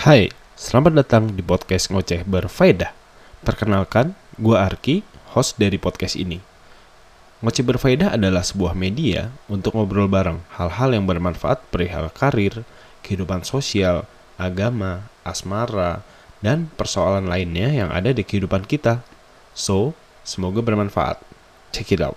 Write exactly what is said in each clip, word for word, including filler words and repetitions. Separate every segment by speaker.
Speaker 1: Hai, selamat datang di podcast Ngoceh Berfaedah. Perkenalkan, gue Arki, host dari podcast ini. Ngoceh Berfaedah adalah sebuah media untuk ngobrol bareng hal-hal yang bermanfaat perihal karir, kehidupan sosial, agama, asmara, dan persoalan lainnya yang ada di kehidupan kita. So, semoga bermanfaat. Check it out.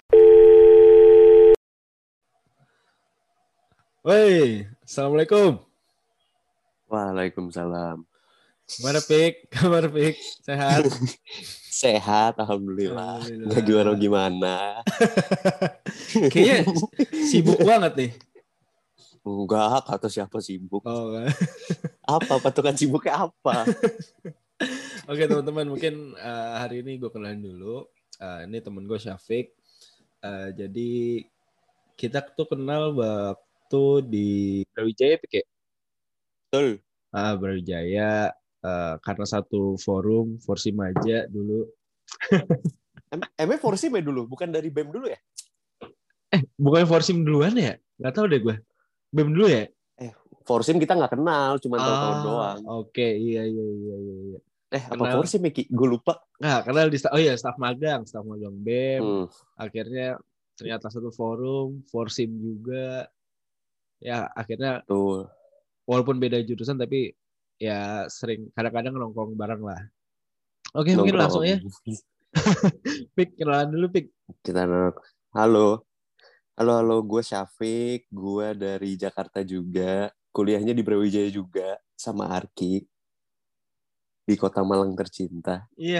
Speaker 1: Wey, Assalamualaikum.
Speaker 2: Waalaikumsalam.
Speaker 1: Gimana Pik? Kabar Pik? Sehat?
Speaker 2: Sehat, alhamdulillah. Nggak gimana-gimana.
Speaker 1: Kayaknya sibuk banget nih.
Speaker 2: Enggak, kata siapa sibuk.
Speaker 1: Oh,
Speaker 2: apa, patokan sibuknya apa?
Speaker 1: Oke teman-teman, mungkin uh, hari ini gue kenalin dulu. Uh, ini temen gue Syafiq. Uh, jadi kita tuh kenal waktu di Brawijaya Pik ya?
Speaker 2: Betul.
Speaker 1: Ah, Brawijaya. Uh, karena satu forum, Forsimaja dulu.
Speaker 2: Em- Emang Forsim ya dulu, bukan dari B E M dulu ya?
Speaker 1: Eh, bukan Forsim duluan ya? Gak tahu deh gue. B E M dulu ya?
Speaker 2: Eh, Forsim kita nggak kenal, cuma tahu-tahu doang.
Speaker 1: Oke, okay. iya, iya, iya, iya. iya.
Speaker 2: Eh, apa
Speaker 1: Kenal.
Speaker 2: Forsim ya, Ki? Gue lupa.
Speaker 1: Nggak, kenal di, oh iya, staf magang, staf magang B E M.
Speaker 2: Hmm.
Speaker 1: Akhirnya ternyata satu forum, Forsim juga. Ya, akhirnya
Speaker 2: Tuh.
Speaker 1: walaupun beda jurusan, tapi ya sering, kadang-kadang nongkrong bareng lah. Oke,
Speaker 2: Nongkrong.
Speaker 1: mungkin langsung ya. Pik, kenalan dulu, Pik.
Speaker 2: Kita nongkrong. Halo. Halo, halo. Gue Syafiq. Gue dari Jakarta juga. Kuliahnya di Brawijaya juga. Sama Arki. Di kota Malang tercinta.
Speaker 1: Iya.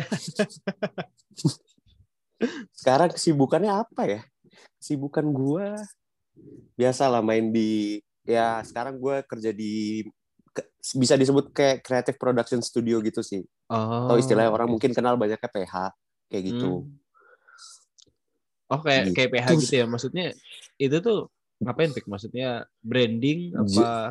Speaker 2: Sekarang kesibukannya apa ya? Kesibukan gue biasa lah main di, ya sekarang gue kerja di, ke, bisa disebut kayak creative production studio gitu sih.
Speaker 1: Oh,
Speaker 2: atau istilahnya orang
Speaker 1: okay.
Speaker 2: mungkin kenal banyaknya P H kayak gitu.
Speaker 1: Hmm. Oh kayak
Speaker 2: gitu.
Speaker 1: kayak P H gitu ya, maksudnya itu tuh ngapain Pik? Maksudnya branding apa?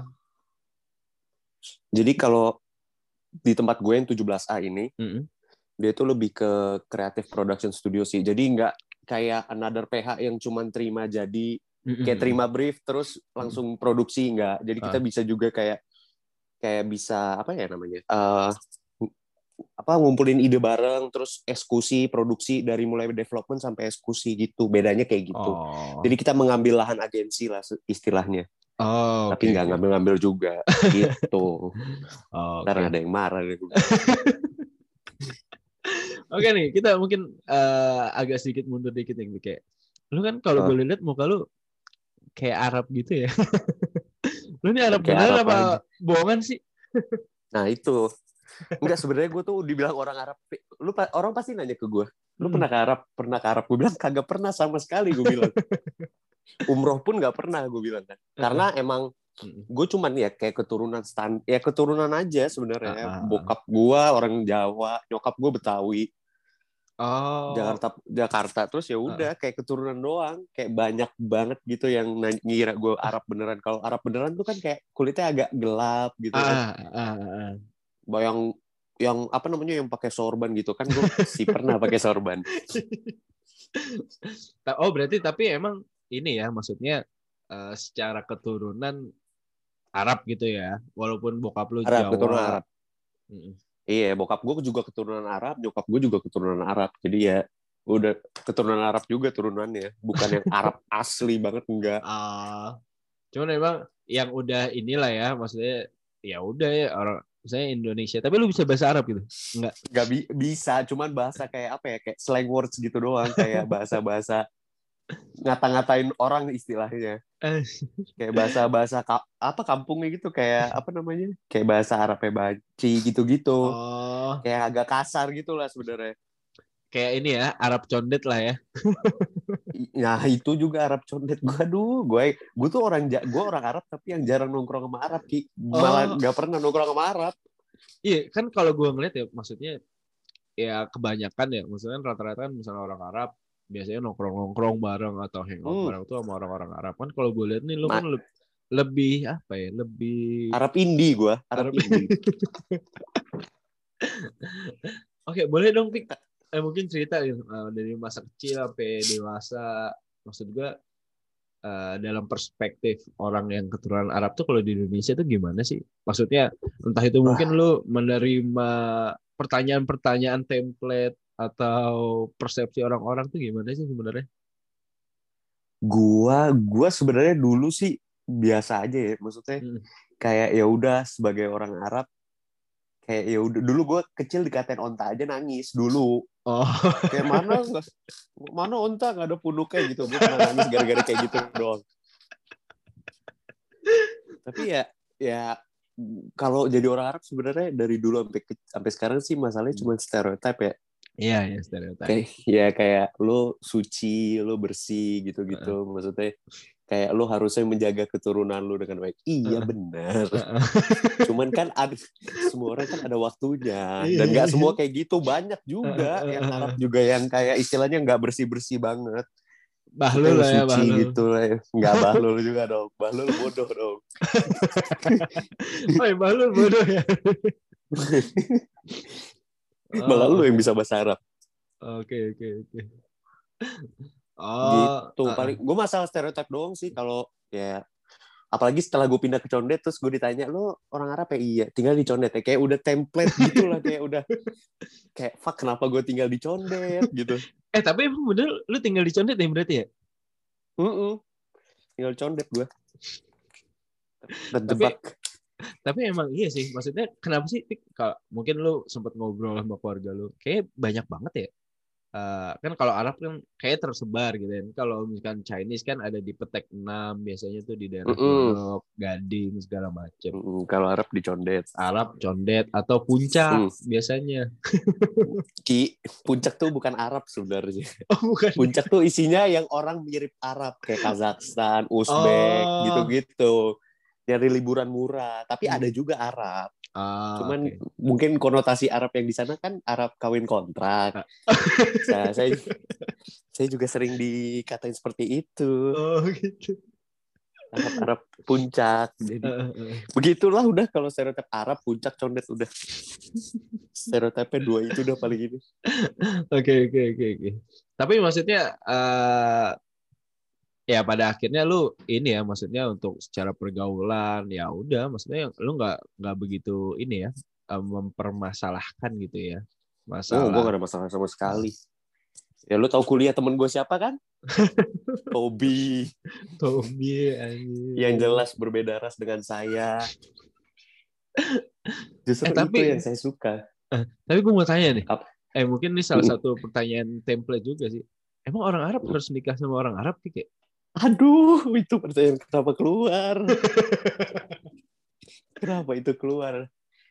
Speaker 2: Jadi kalau di tempat gue yang tujuh belas A ini,
Speaker 1: Mm-hmm.
Speaker 2: dia tuh lebih ke creative production studio sih. Jadi nggak kayak another P H yang cuma terima jadi,
Speaker 1: Mm-hmm.
Speaker 2: kayak terima brief terus langsung produksi, nggak. Jadi kita
Speaker 1: Ah.
Speaker 2: bisa juga kayak kayak bisa apa ya namanya? Uh, apa ngumpulin ide bareng terus eksekusi produksi dari mulai development sampai eksekusi gitu. Bedanya kayak gitu.
Speaker 1: Oh.
Speaker 2: Jadi kita mengambil lahan agensi lah istilahnya.
Speaker 1: Oh,
Speaker 2: tapi
Speaker 1: okay,
Speaker 2: nggak
Speaker 1: okay.
Speaker 2: ngambil-ngambil juga gitu.
Speaker 1: Oh,
Speaker 2: Ntar
Speaker 1: okay.
Speaker 2: ada yang marah deh.
Speaker 1: Oke nih, kita mungkin uh, agak sedikit mundur dikit nih, kayak lu kan kalau uh. boleh lihat muka lu kayak Arab gitu ya. Lu ini Arab
Speaker 2: kayak
Speaker 1: beneran
Speaker 2: Arab
Speaker 1: apa
Speaker 2: aja.
Speaker 1: Bohongan sih?
Speaker 2: Nah itu enggak, sebenarnya gue tuh dibilang orang Arab. Lu orang pasti nanya ke gue, lu hmm. pernah ke Arab? Pernah ke Arab? Gue bilang kagak pernah sama sekali. Gue bilang umroh pun nggak pernah. Gue bilang kan karena emang gue cuman ya kayak keturunan stand, ya keturunan aja sebenarnya. Uh, uh, uh. Bokap gue orang Jawa, nyokap gue Betawi.
Speaker 1: Oh.
Speaker 2: Jakarta Jakarta terus ya udah uh. kayak keturunan doang, kayak banyak banget gitu yang ngira gue Arab beneran. Kalau Arab beneran tuh kan kayak kulitnya agak gelap gitu kan.
Speaker 1: Uh, uh, uh.
Speaker 2: Bayang yang apa namanya yang pakai sorban gitu kan, gue sih pernah pakai sorban.
Speaker 1: Oh berarti tapi emang ini ya, maksudnya uh, secara keturunan Arab gitu ya, walaupun bokap lu
Speaker 2: Arab,
Speaker 1: Jawa.
Speaker 2: keturunan Arab.
Speaker 1: Mm-mm.
Speaker 2: Iya, bokap gue juga keturunan Arab, nyokap gue juga keturunan Arab. Jadi ya udah keturunan Arab juga turunannya, bukan yang Arab asli banget, enggak.
Speaker 1: Uh, cuman emang yang udah inilah ya, maksudnya ya udah ya orang saya Indonesia, tapi lu bisa bahasa Arab gitu? Enggak.
Speaker 2: Enggak bi- bisa, cuman bahasa kayak apa ya, kayak slang words gitu doang, kayak bahasa-bahasa ngata-ngatain orang istilahnya. Kayak bahasa-bahasa ka- apa kampungnya gitu, kayak apa namanya? Kayak bahasa Arabnya banci gitu-gitu.
Speaker 1: Oh.
Speaker 2: Kayak agak kasar gitu lah sebenarnya.
Speaker 1: Kayak ini ya, Arab condet lah ya.
Speaker 2: Nah itu juga Arab condet. Gue aduh, gue gue tuh orang gue orang Arab tapi yang jarang nongkrong sama Arab, Ki. Malah nggak oh. pernah nongkrong sama Arab.
Speaker 1: Iya kan kalau gue ngeliat ya, maksudnya ya kebanyakan ya, maksudnya rata-rata kan misalnya orang Arab biasanya nongkrong-nongkrong bareng atau hangout hmm. bareng tuh sama orang-orang Arab. Kan kalau gue lihat nih lu Ma- kan le- lebih apa ya, lebih
Speaker 2: Arab indie gue, Arab, Arab indie.
Speaker 1: Oke, boleh dong Pik, eh, mungkin cerita uh, dari masa kecil sampai dewasa, maksud gue uh, dalam perspektif orang yang keturunan Arab tuh kalau di Indonesia tuh gimana sih? Maksudnya entah itu mungkin
Speaker 2: Wah,
Speaker 1: lu menerima pertanyaan-pertanyaan template atau persepsi orang-orang tuh gimana sih sebenarnya?
Speaker 2: gua gua sebenarnya dulu sih biasa aja ya, maksudnya
Speaker 1: Hmm.
Speaker 2: kayak ya udah sebagai orang Arab, kayak ya udah dulu gua kecil dikatain onta aja nangis dulu.
Speaker 1: Oh.
Speaker 2: Kayak mana nggak mana onta nggak ada punuknya gitu, gue pernah nangis gara-gara kayak gitu doang. Tapi ya ya kalau jadi orang Arab sebenarnya dari dulu sampai sampai sekarang sih masalahnya cuma stereotip ya.
Speaker 1: Iya, ya stereotip.
Speaker 2: Kayak ya kayak lo suci, lo bersih gitu-gitu.
Speaker 1: Uh-uh.
Speaker 2: Maksudnya kayak lo harusnya menjaga keturunan lo dengan baik. Iya
Speaker 1: Uh-uh.
Speaker 2: benar.
Speaker 1: Uh-uh.
Speaker 2: Cuman kan ada, semua orang kan ada waktunya,
Speaker 1: Iya,
Speaker 2: dan nggak
Speaker 1: iya.
Speaker 2: semua kayak gitu. Banyak juga yang Arab
Speaker 1: Uh-uh.
Speaker 2: juga yang kayak istilahnya nggak bersih-bersih banget. Maksudnya
Speaker 1: Bahlul
Speaker 2: yang
Speaker 1: lah ya,
Speaker 2: suci
Speaker 1: bahlul.
Speaker 2: gitu lah. Nggak bahlul juga dong. Bahlul bodoh dong.
Speaker 1: Oh, ya, bahlul bodoh ya.
Speaker 2: Malah
Speaker 1: Oh,
Speaker 2: lu yang
Speaker 1: oke.
Speaker 2: bisa bahasa Arab.
Speaker 1: Oke, oke, oke. Oh,
Speaker 2: Gitu.
Speaker 1: uh-uh.
Speaker 2: Paling gue masalah stereotip doang sih kalau ya, apalagi setelah gue pindah ke Condet terus gue ditanya lo orang Arab ya, iya tinggal di Condet ya, kayak udah template gitu lah, kayak udah kayak fuck kenapa gue tinggal di Condet gitu.
Speaker 1: Eh, tapi emang bener lu tinggal di Condet ya berarti ya?
Speaker 2: Mm-mm. Tinggal di Condet gue
Speaker 1: Tapi
Speaker 2: terjebak.
Speaker 1: tapi emang iya sih, maksudnya kenapa sih Tik, kalau mungkin lu sempat ngobrol sama keluarga lu kayak banyak banget ya. Uh, kan kalau Arab kan kayak tersebar gitu kan. Kalau misalkan Chinese kan ada di Petek enam biasanya tuh di daerah
Speaker 2: Mm-mm.
Speaker 1: Glodok, Gading segala macem.
Speaker 2: Mm-mm. Kalau Arab di Condet.
Speaker 1: Arab Condet atau Puncak
Speaker 2: Mm.
Speaker 1: biasanya.
Speaker 2: Ki Puncak tuh bukan Arab sebenarnya.
Speaker 1: Oh, bukan.
Speaker 2: Puncak tuh isinya yang orang mirip Arab kayak Kazakhstan, Uzbek
Speaker 1: Oh.
Speaker 2: gitu-gitu. Nyari liburan murah, tapi
Speaker 1: Hmm.
Speaker 2: ada juga Arab.
Speaker 1: Ah,
Speaker 2: Cuman
Speaker 1: oke.
Speaker 2: mungkin konotasi Arab yang di sana kan Arab kawin kontrak. Saya, saya saya juga sering dikatain seperti itu.
Speaker 1: Oh, gitu.
Speaker 2: Arab-Arab puncak. Jadi
Speaker 1: Uh, uh.
Speaker 2: begitulah udah kalau stereotip Arab puncak condet udah. Stereotipnya dua itu udah paling ini.
Speaker 1: Oke, oke, oke, oke. Tapi maksudnya uh, ya pada akhirnya lu ini ya, maksudnya untuk secara pergaulan ya udah, maksudnya lu nggak nggak begitu ini ya, uh, mempermasalahkan gitu ya
Speaker 2: Oh, gue
Speaker 1: masalah.
Speaker 2: gak ada masalah sama sekali. Ya lu tahu kuliah temen gue siapa kan? Tobi.
Speaker 1: Tobi
Speaker 2: Yang
Speaker 1: anjir.
Speaker 2: jelas berbeda ras dengan saya. Justru
Speaker 1: Eh
Speaker 2: itu
Speaker 1: tapi
Speaker 2: yang saya suka.
Speaker 1: eh, tapi gue mau tanya nih.
Speaker 2: Apa?
Speaker 1: Eh mungkin ini salah satu pertanyaan template juga sih. Emang orang Arab harus nikah sama orang Arab sih kayak?
Speaker 2: Aduh, itu pertanyaan kenapa keluar? Kenapa itu keluar?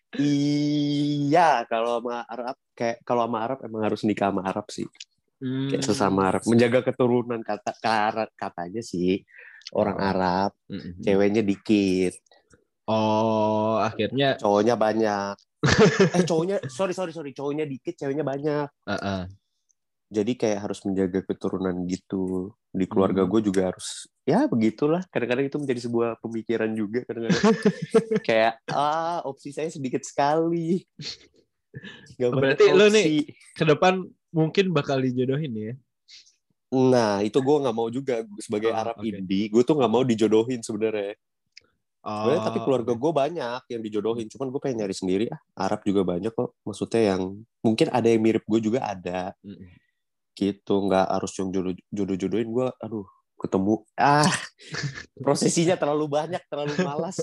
Speaker 2: Iya, kalau sama Arab kayak kalau sama Arab emang harus nikah sama Arab sih.
Speaker 1: Hmm.
Speaker 2: Kayak sesama Arab, menjaga keturunan kata karat katanya sih orang
Speaker 1: Oh.
Speaker 2: Arab,
Speaker 1: Mm-hmm.
Speaker 2: ceweknya dikit.
Speaker 1: Oh, akhirnya
Speaker 2: cowoknya banyak. eh cowoknya sorry sorry sorry cowoknya dikit, ceweknya banyak.
Speaker 1: Uh-uh.
Speaker 2: Jadi kayak harus menjaga keturunan gitu. Di keluarga
Speaker 1: Hmm.
Speaker 2: gue juga harus ya begitulah. Kadang-kadang itu menjadi sebuah pemikiran juga kadang-kadang. Kayak ah opsi saya sedikit sekali. Gak banyak
Speaker 1: Berarti lo
Speaker 2: opsi.
Speaker 1: nih ke depan mungkin bakal dijodohin ya?
Speaker 2: Nah itu gue nggak mau juga sebagai
Speaker 1: Oh,
Speaker 2: Arab
Speaker 1: okay.
Speaker 2: Indi. Gue tuh nggak mau dijodohin sebenarnya. Sebenarnya
Speaker 1: Oh,
Speaker 2: tapi keluarga
Speaker 1: okay.
Speaker 2: gue banyak yang dijodohin. Cuman gue pengen nyari sendiri ah. Arab juga banyak kok. Maksudnya yang mungkin ada yang mirip gue juga ada.
Speaker 1: Mm-mm.
Speaker 2: Gitu, nggak harus yang jodoh jodoh-jodohin gue. Aduh, ketemu ah prosesinya terlalu banyak, terlalu malas.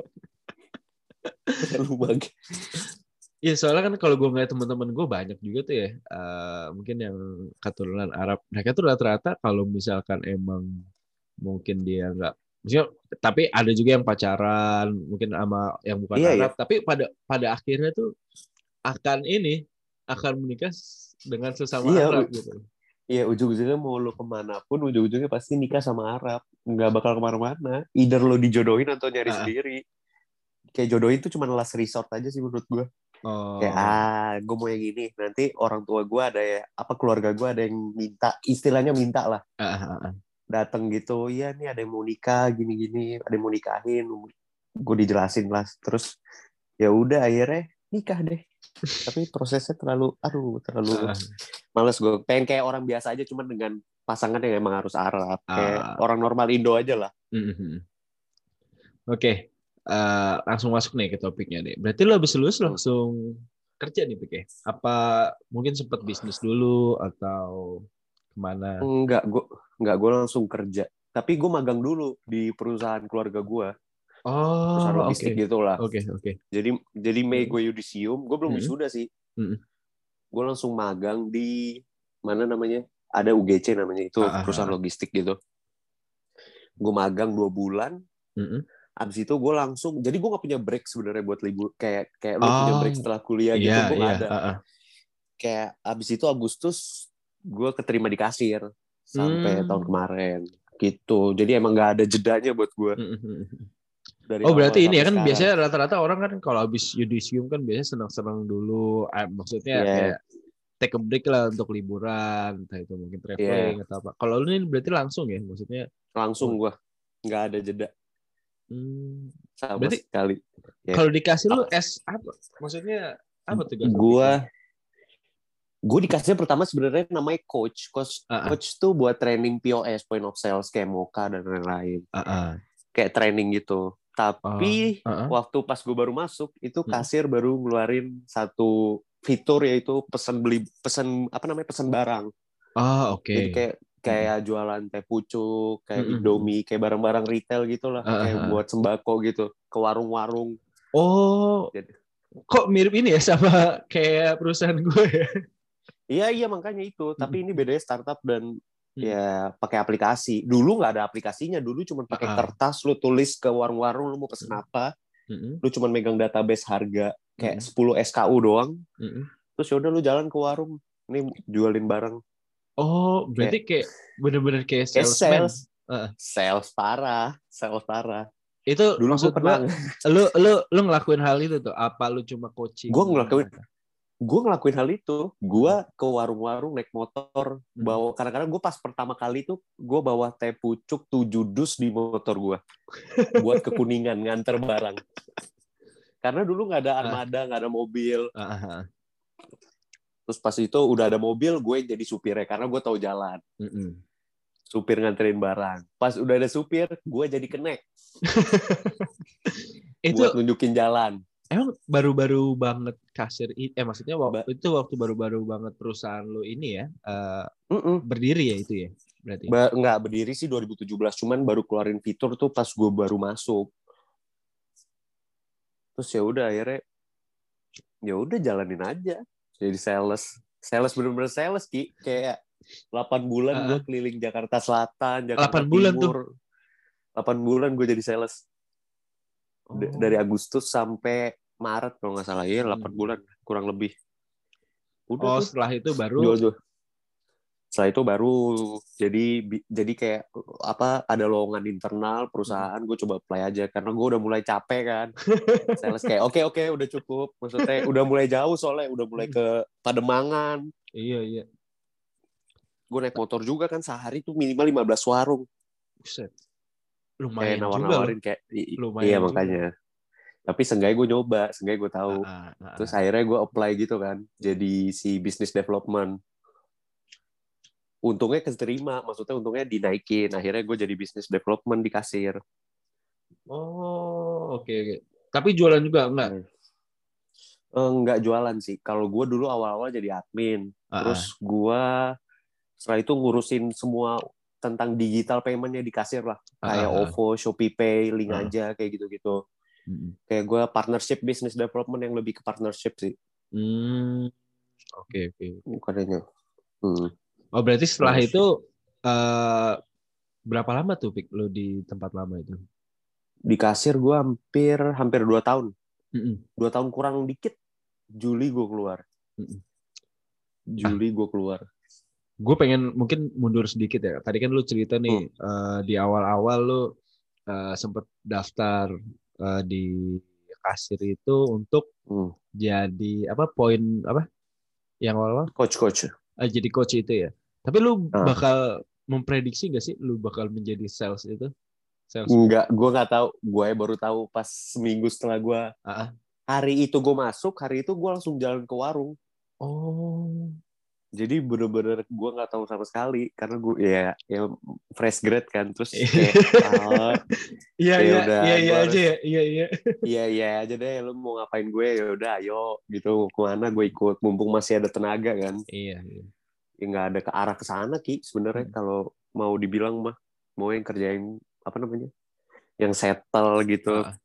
Speaker 2: Terlalu banyak.
Speaker 1: Iya, soalnya kan kalau gue ngeliat teman-teman gue banyak juga tuh ya, uh, mungkin yang keturunan Arab. Mereka tuh rata-rata kalau misalkan emang mungkin dia nggak, maksudnya, tapi ada juga yang pacaran, mungkin sama yang bukan
Speaker 2: Iya ya.
Speaker 1: Arab. Tapi pada pada akhirnya tuh akan ini, akan menikah dengan sesama
Speaker 2: Iya,
Speaker 1: Arab gitu.
Speaker 2: iya ujung-ujungnya mau lo kemana pun, ujung-ujungnya pasti nikah sama Arab. Nggak bakal kemana-mana. Either lo dijodohin atau nyari
Speaker 1: Uh,
Speaker 2: sendiri. Kayak jodohin tuh cuma last resort aja sih menurut gue. Kayak
Speaker 1: oh,
Speaker 2: ah gue mau yang gini, nanti orang tua gue ada ya, apa keluarga gue ada yang minta, istilahnya minta lah,
Speaker 1: uh, uh, uh.
Speaker 2: datang gitu, iya nih ada yang mau nikah gini-gini, ada yang mau nikahin, gue dijelasin lah, terus ya udah akhirnya nikah deh. Tapi prosesnya terlalu aduh terlalu
Speaker 1: Uh.
Speaker 2: males. Gue pengen kayak orang biasa aja, cuman dengan pasangan yang emang harus Arab, kayak
Speaker 1: Ah,
Speaker 2: orang normal Indo aja lah.
Speaker 1: mm-mm. Oke, eh, langsung masuk nih ke topiknya nih. Berarti lo habis lulus
Speaker 2: Hmm.
Speaker 1: langsung kerja nih, Pik, ya? Apa mungkin sempat bisnis dulu atau kemana?
Speaker 2: Enggak, gue enggak gue langsung kerja. Tapi gue magang dulu di perusahaan keluarga gue, perusahaan
Speaker 1: Oh, oke.
Speaker 2: logistik gitulah.
Speaker 1: Oke, oke.
Speaker 2: Jadi jadi Mei
Speaker 1: Mm,
Speaker 2: gue yudisium, gue belum
Speaker 1: mm,
Speaker 2: wisuda sih.
Speaker 1: mm.
Speaker 2: Gue langsung magang di mana namanya? Ada U G C namanya, itu
Speaker 1: Ah, ah,
Speaker 2: perusahaan
Speaker 1: ah.
Speaker 2: logistik gitu. Gue magang dua bulan.
Speaker 1: Mm-mm.
Speaker 2: Abis itu gue langsung, jadi gue gak punya break sebenarnya buat libur. Kayak kayak lu punya break
Speaker 1: Oh,
Speaker 2: setelah kuliah
Speaker 1: iya,
Speaker 2: gitu, gue
Speaker 1: iya.
Speaker 2: gak ada.
Speaker 1: Ah, ah.
Speaker 2: Kayak abis itu Agustus gue keterima di kasir sampai tahun
Speaker 1: Hmm.
Speaker 2: kemarin gitu. Jadi emang gak ada jedanya buat gue
Speaker 1: Mm, mm, mm.
Speaker 2: dari
Speaker 1: Oh,
Speaker 2: awal
Speaker 1: berarti ini
Speaker 2: sampai
Speaker 1: ya kan
Speaker 2: sekarang.
Speaker 1: biasanya rata-rata orang kan kalau habis yudisium kan biasanya senang-senang dulu. Ah, maksudnya
Speaker 2: Iya,
Speaker 1: kayak take a break lah untuk liburan, entah itu mungkin
Speaker 2: iya,
Speaker 1: traveling atau apa. Kalau lu ini berarti langsung ya, maksudnya. Oh,
Speaker 2: langsung gue nggak ada jeda
Speaker 1: hmm.
Speaker 2: sama
Speaker 1: Berarti
Speaker 2: sekali. Ya,
Speaker 1: kalau dikasih lu
Speaker 2: Ap-
Speaker 1: S apa? Maksudnya apa tuh gak
Speaker 2: gue
Speaker 1: kepikiran?
Speaker 2: gue dikasih pertama sebenarnya namanya coach. Coach
Speaker 1: Ah, ah,
Speaker 2: coach tuh buat training P O S, point of sales, kayak Moka dan lain-lain.
Speaker 1: ah, ah.
Speaker 2: Kayak training gitu.
Speaker 1: Oh,
Speaker 2: Tapi
Speaker 1: ah, ah.
Speaker 2: waktu pas gue baru masuk, itu
Speaker 1: Mm.
Speaker 2: kasir baru ngeluarin satu fitur, yaitu pesan beli pesan apa namanya pesan barang.
Speaker 1: Oh,
Speaker 2: Jadi
Speaker 1: oke.
Speaker 2: kayak
Speaker 1: Mm,
Speaker 2: kayak jualan teh pucuk,
Speaker 1: mm,
Speaker 2: kayak
Speaker 1: mm, mm.
Speaker 2: Indomie, kayak barang-barang retail gitulah,
Speaker 1: Ah,
Speaker 2: kayak
Speaker 1: ah, ah.
Speaker 2: buat sembako gitu ke warung-warung.
Speaker 1: Oh,
Speaker 2: Jadi,
Speaker 1: kok mirip ini ya sama kayak perusahaan gue ya?
Speaker 2: iya iya makanya itu. Tapi
Speaker 1: Mm,
Speaker 2: ini bedanya startup dan
Speaker 1: mm.
Speaker 2: ya pakai aplikasi. Dulu nggak ada aplikasinya. Dulu cuma
Speaker 1: Ah,
Speaker 2: pakai
Speaker 1: ah.
Speaker 2: kertas, lu tulis ke warung-warung lu mau pesen
Speaker 1: Mm,
Speaker 2: apa.
Speaker 1: mm,
Speaker 2: Lu cuma megang database harga kayak
Speaker 1: mm,
Speaker 2: sepuluh S K U doang.
Speaker 1: mm.
Speaker 2: Terus ya udah lu jalan ke warung, nih jualin barang
Speaker 1: Oh, berarti
Speaker 2: kayak
Speaker 1: kayak bener-bener kayak
Speaker 2: kayak
Speaker 1: salesman.
Speaker 2: sales,
Speaker 1: Ah, ah.
Speaker 2: sales parah, sales parah.
Speaker 1: Itu
Speaker 2: Dulu gue
Speaker 1: maksud gue,
Speaker 2: pernah,
Speaker 1: lu lu lu ngelakuin hal itu tuh? Apa lu cuma coaching
Speaker 2: gue ngelakuin
Speaker 1: mereka?
Speaker 2: gue ngelakuin hal itu. Gue
Speaker 1: Mm,
Speaker 2: ke warung-warung naik motor,
Speaker 1: mm.
Speaker 2: bawa kadang-kadang gue pas pertama kali tuh gue bawa teh pucuk tujuh dus di motor gue buat ke Kuningan nganter barang, karena dulu nggak ada
Speaker 1: Ah,
Speaker 2: armada, nggak ada mobil.
Speaker 1: ah, ah, ah.
Speaker 2: Terus pas itu udah ada mobil, gue yang jadi supirnya karena gue tahu jalan,
Speaker 1: Mm-mm.
Speaker 2: supir nganterin barang. Pas udah ada supir, gue jadi kenek
Speaker 1: Itu
Speaker 2: buat nunjukin jalan.
Speaker 1: emang baru-baru banget kasir i- eh maksudnya
Speaker 2: Ba-
Speaker 1: waktu itu waktu baru-baru banget perusahaan lu ini ya eh,
Speaker 2: Mm-mm.
Speaker 1: berdiri ya itu ya berarti.
Speaker 2: Ba- nggak berdiri sih dua ribu tujuh belas, cuman baru keluarin fitur tuh pas gue baru masuk. Terus ya udah akhirnya ya udah jalanin aja jadi sales. Sales bener-bener sales Ki, kayak delapan bulan gue
Speaker 1: Heeh.
Speaker 2: keliling Jakarta Selatan, Jakarta
Speaker 1: delapan bulan tuh.
Speaker 2: Timur. delapan bulan gue jadi sales. D- dari
Speaker 1: Oh.
Speaker 2: Agustus sampai Maret kalau nggak salah, ya delapan
Speaker 1: Mm.
Speaker 2: bulan kurang lebih. Udah
Speaker 1: Oh,
Speaker 2: tuh
Speaker 1: setelah itu baru.
Speaker 2: jual-jual. Setelah itu baru jadi jadi kayak apa, ada lowongan internal
Speaker 1: Mm.
Speaker 2: perusahaan, gue coba apply aja karena gue udah mulai capek kan. Sales kayak oke oke udah cukup, maksudnya udah mulai jauh soalnya udah mulai
Speaker 1: Mm.
Speaker 2: ke Pademangan.
Speaker 1: Iya, iya.
Speaker 2: Gue naik motor juga kan, sehari tuh minimal lima belas warung,
Speaker 1: Buset.
Speaker 2: kayak
Speaker 1: Lumayan juga loh.
Speaker 2: nawar-nawarin kayak i- iya
Speaker 1: Lumayan juga.
Speaker 2: makanya. Tapi seenggaknya gue nyoba, seenggaknya gue tahu.
Speaker 1: Ah, ah, ah,
Speaker 2: Terus
Speaker 1: ah.
Speaker 2: akhirnya gue apply gitu kan, jadi si business development. Untungnya keterima, maksudnya untungnya dinaikin. Akhirnya gue jadi business development di kasir.
Speaker 1: Oh, oke, oke. Tapi jualan juga enggak?
Speaker 2: Eh, nggak jualan sih. Kalau gue dulu awal-awal jadi admin.
Speaker 1: Ah, ah.
Speaker 2: Terus gue setelah itu ngurusin semua tentang digital payment-nya di kasir lah.
Speaker 1: Ah,
Speaker 2: Kayak
Speaker 1: ah, ah.
Speaker 2: OVO, Shopee Pay, Link
Speaker 1: Ah.
Speaker 2: aja, kayak gitu-gitu.
Speaker 1: Mm.
Speaker 2: Kayak gue partnership business development yang lebih ke partnership sih.
Speaker 1: Hmm, oke, oke.
Speaker 2: Bukannya. Hmm.
Speaker 1: Oh, berarti setelah
Speaker 2: Partnership.
Speaker 1: itu eh, berapa lama tuh Pik lu di tempat lama itu?
Speaker 2: Di kasir gue hampir hampir dua tahun.
Speaker 1: Mm-mm.
Speaker 2: Dua tahun kurang dikit. Juli gue keluar.
Speaker 1: Mm-mm. Ah,
Speaker 2: Juli gue keluar.
Speaker 1: gue pengen mungkin mundur sedikit ya. Tadi kan lu cerita nih
Speaker 2: Hmm.
Speaker 1: eh, di awal-awal lu eh, sempet daftar eh, di kasir itu untuk
Speaker 2: Hmm.
Speaker 1: jadi apa poin apa yang awal-awal
Speaker 2: Coach-coach.
Speaker 1: eh, jadi coach itu ya. Tapi lu
Speaker 2: Ah.
Speaker 1: bakal memprediksi nggak sih lu bakal menjadi sales itu? Sales.
Speaker 2: Enggak, gue nggak tahu. Gue baru tahu pas seminggu setelah gue
Speaker 1: Ah, ah.
Speaker 2: hari itu gue masuk. Hari itu gue langsung jalan ke warung.
Speaker 1: Oh.
Speaker 2: Jadi bener-bener gue nggak tahu sama sekali karena gue ya ya fresh grad kan, terus kayak ah,
Speaker 3: Iya
Speaker 2: ya
Speaker 3: iya
Speaker 2: udah
Speaker 3: iya iya
Speaker 2: gue
Speaker 3: aja
Speaker 2: harus
Speaker 3: ya iya iya.
Speaker 2: iya iya aja deh, lu mau ngapain gue ya udah ayo gitu, kemana gue ikut mumpung masih ada tenaga kan.
Speaker 3: Iya. Iya.
Speaker 2: Ya nggak ada ke arah ke sana Ki sebenarnya,
Speaker 3: Hmm.
Speaker 2: kalau mau dibilang mah mau yang kerjain apa namanya yang settle gitu.
Speaker 3: Nah,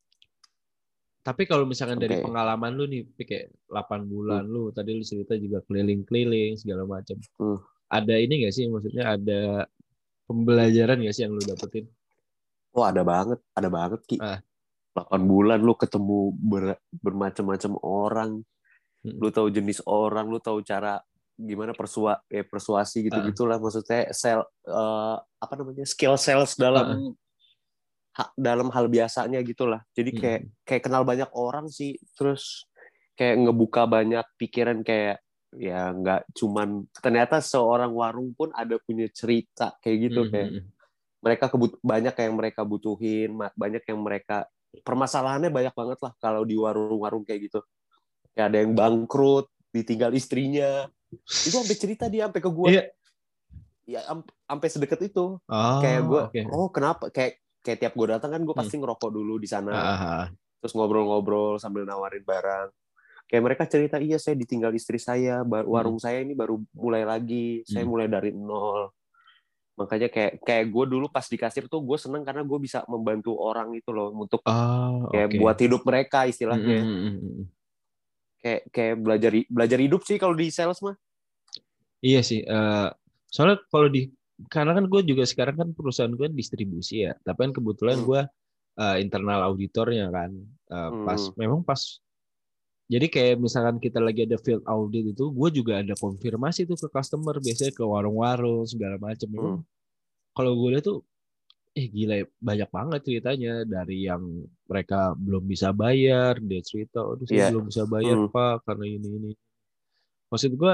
Speaker 3: tapi kalau misalkan dari
Speaker 2: Sampai
Speaker 3: pengalaman lu nih, Pi, kayak delapan bulan
Speaker 2: hmm,
Speaker 3: lu, tadi lu cerita juga keliling-keliling segala macam.
Speaker 2: hmm.
Speaker 3: Ada ini nggak sih, maksudnya ada pembelajaran nggak sih yang lu dapetin?
Speaker 2: Wah ada banget, ada banget Ki.
Speaker 3: Ah,
Speaker 2: delapan bulan lu ketemu ber, bermacam-macam orang,
Speaker 3: mm,
Speaker 2: lu tahu jenis orang, lu tahu cara gimana persua eh, persuasi gitu
Speaker 3: ah,
Speaker 2: gitulah, maksudnya sell eh, apa namanya skill sales
Speaker 3: ah, ah,
Speaker 2: dalam ha- dalam hal biasanya gitulah. Jadi kayak
Speaker 3: mm,
Speaker 2: kayak kenal banyak orang sih, terus kayak ngebuka banyak pikiran, kayak ya nggak cuman ternyata seorang warung pun ada punya cerita kayak
Speaker 3: mm,
Speaker 2: gitu,
Speaker 3: mm,
Speaker 2: kayak
Speaker 3: mm.
Speaker 2: mereka kebut banyak yang mereka butuhin, ma- banyak yang mereka permasalahannya banyak banget lah kalau di warung-warung kayak gitu. Kayak ada yang bangkrut, ditinggal istrinya, itu sampai cerita dia sampai ke gue,
Speaker 3: Iya.
Speaker 2: ya am- sampai sedekat itu. Kayak gue,
Speaker 3: Oh, oke.
Speaker 2: oh kenapa, kayak kayak tiap gue datang kan gue
Speaker 3: Hmm.
Speaker 2: pasti ngerokok dulu di
Speaker 3: Ah,
Speaker 2: sana,
Speaker 3: ah, ah.
Speaker 2: terus ngobrol-ngobrol sambil nawarin barang. Kayak mereka cerita, iya saya ditinggal istri saya, ba-
Speaker 3: Mm.
Speaker 2: warung saya ini baru mulai lagi, saya
Speaker 3: Mm.
Speaker 2: mulai dari nol. Makanya kayak kayak gue dulu pas di kasir tuh gue seneng karena gue bisa membantu orang itu loh, untuk
Speaker 3: Oh,
Speaker 2: kayak
Speaker 3: oke.
Speaker 2: buat hidup mereka
Speaker 3: Mm, mm,
Speaker 2: istilahnya.
Speaker 3: mm, mm, mm.
Speaker 2: Kayak kayak belajar belajar hidup sih kalau di sales mah.
Speaker 3: Iya sih. eh, soalnya kalau di karena kan gue juga sekarang kan perusahaan gue distribusi ya. Tapi kan kebetulan
Speaker 2: Hmm.
Speaker 3: gue eh, internal auditornya kan. Eh, pas
Speaker 2: Hmm.
Speaker 3: memang pas. Jadi kayak misalkan kita lagi ada field audit itu, gue juga ada konfirmasi tuh ke customer, biasanya ke warung-warung segala macam. Memang
Speaker 2: Hmm.
Speaker 3: kalau gue lihat tuh, eh gila ya, banyak banget ceritanya dari yang mereka belum bisa bayar, dia cerita, aduh saya
Speaker 2: Iya.
Speaker 3: belum bisa bayar
Speaker 2: Hmm.
Speaker 3: Pak karena ini ini. Maksud gue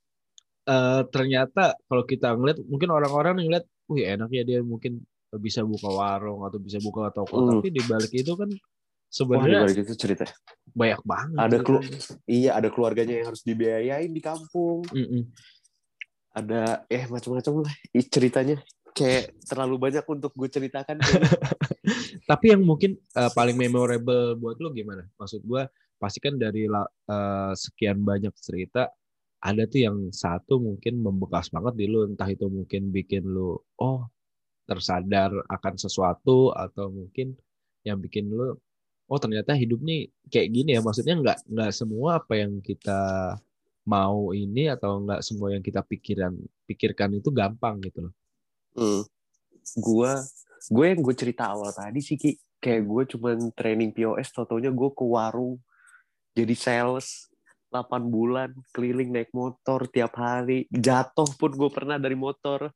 Speaker 3: eh, ternyata kalau kita ngeliat, mungkin orang-orang ngeliat, wih enak ya dia mungkin bisa buka warung atau bisa buka toko,
Speaker 2: Hmm.
Speaker 3: tapi di balik itu kan
Speaker 2: Wah di
Speaker 3: sebenarnya
Speaker 2: balik itu cerita.
Speaker 3: banyak banget
Speaker 2: Ada kelu
Speaker 3: ceritanya.
Speaker 2: iya ada keluarganya yang harus dibiayain di kampung.
Speaker 3: Mm-mm.
Speaker 2: Ada eh macam-macam lah ih, ceritanya. Kayak terlalu banyak untuk gue ceritakan kayaknya.
Speaker 3: Tapi yang mungkin uh, paling memorable buat lo gimana? Maksud gue pasti kan dari la- uh, sekian banyak cerita ada tuh yang satu mungkin membekas banget di lo, entah itu mungkin bikin lo oh tersadar akan sesuatu atau mungkin yang bikin lo oh ternyata hidup nih kayak gini ya. Maksudnya nggak nggak semua apa yang kita mau ini atau nggak semua yang kita pikiran pikirkan itu gampang gitu loh.
Speaker 2: Hmm. Gue gue yang gue cerita awal tadi sih Ki, kayak gue cuman training P O S, tau-taunya gue ke warung jadi sales delapan bulan, keliling naik motor tiap hari, jatuh pun gue pernah dari motor.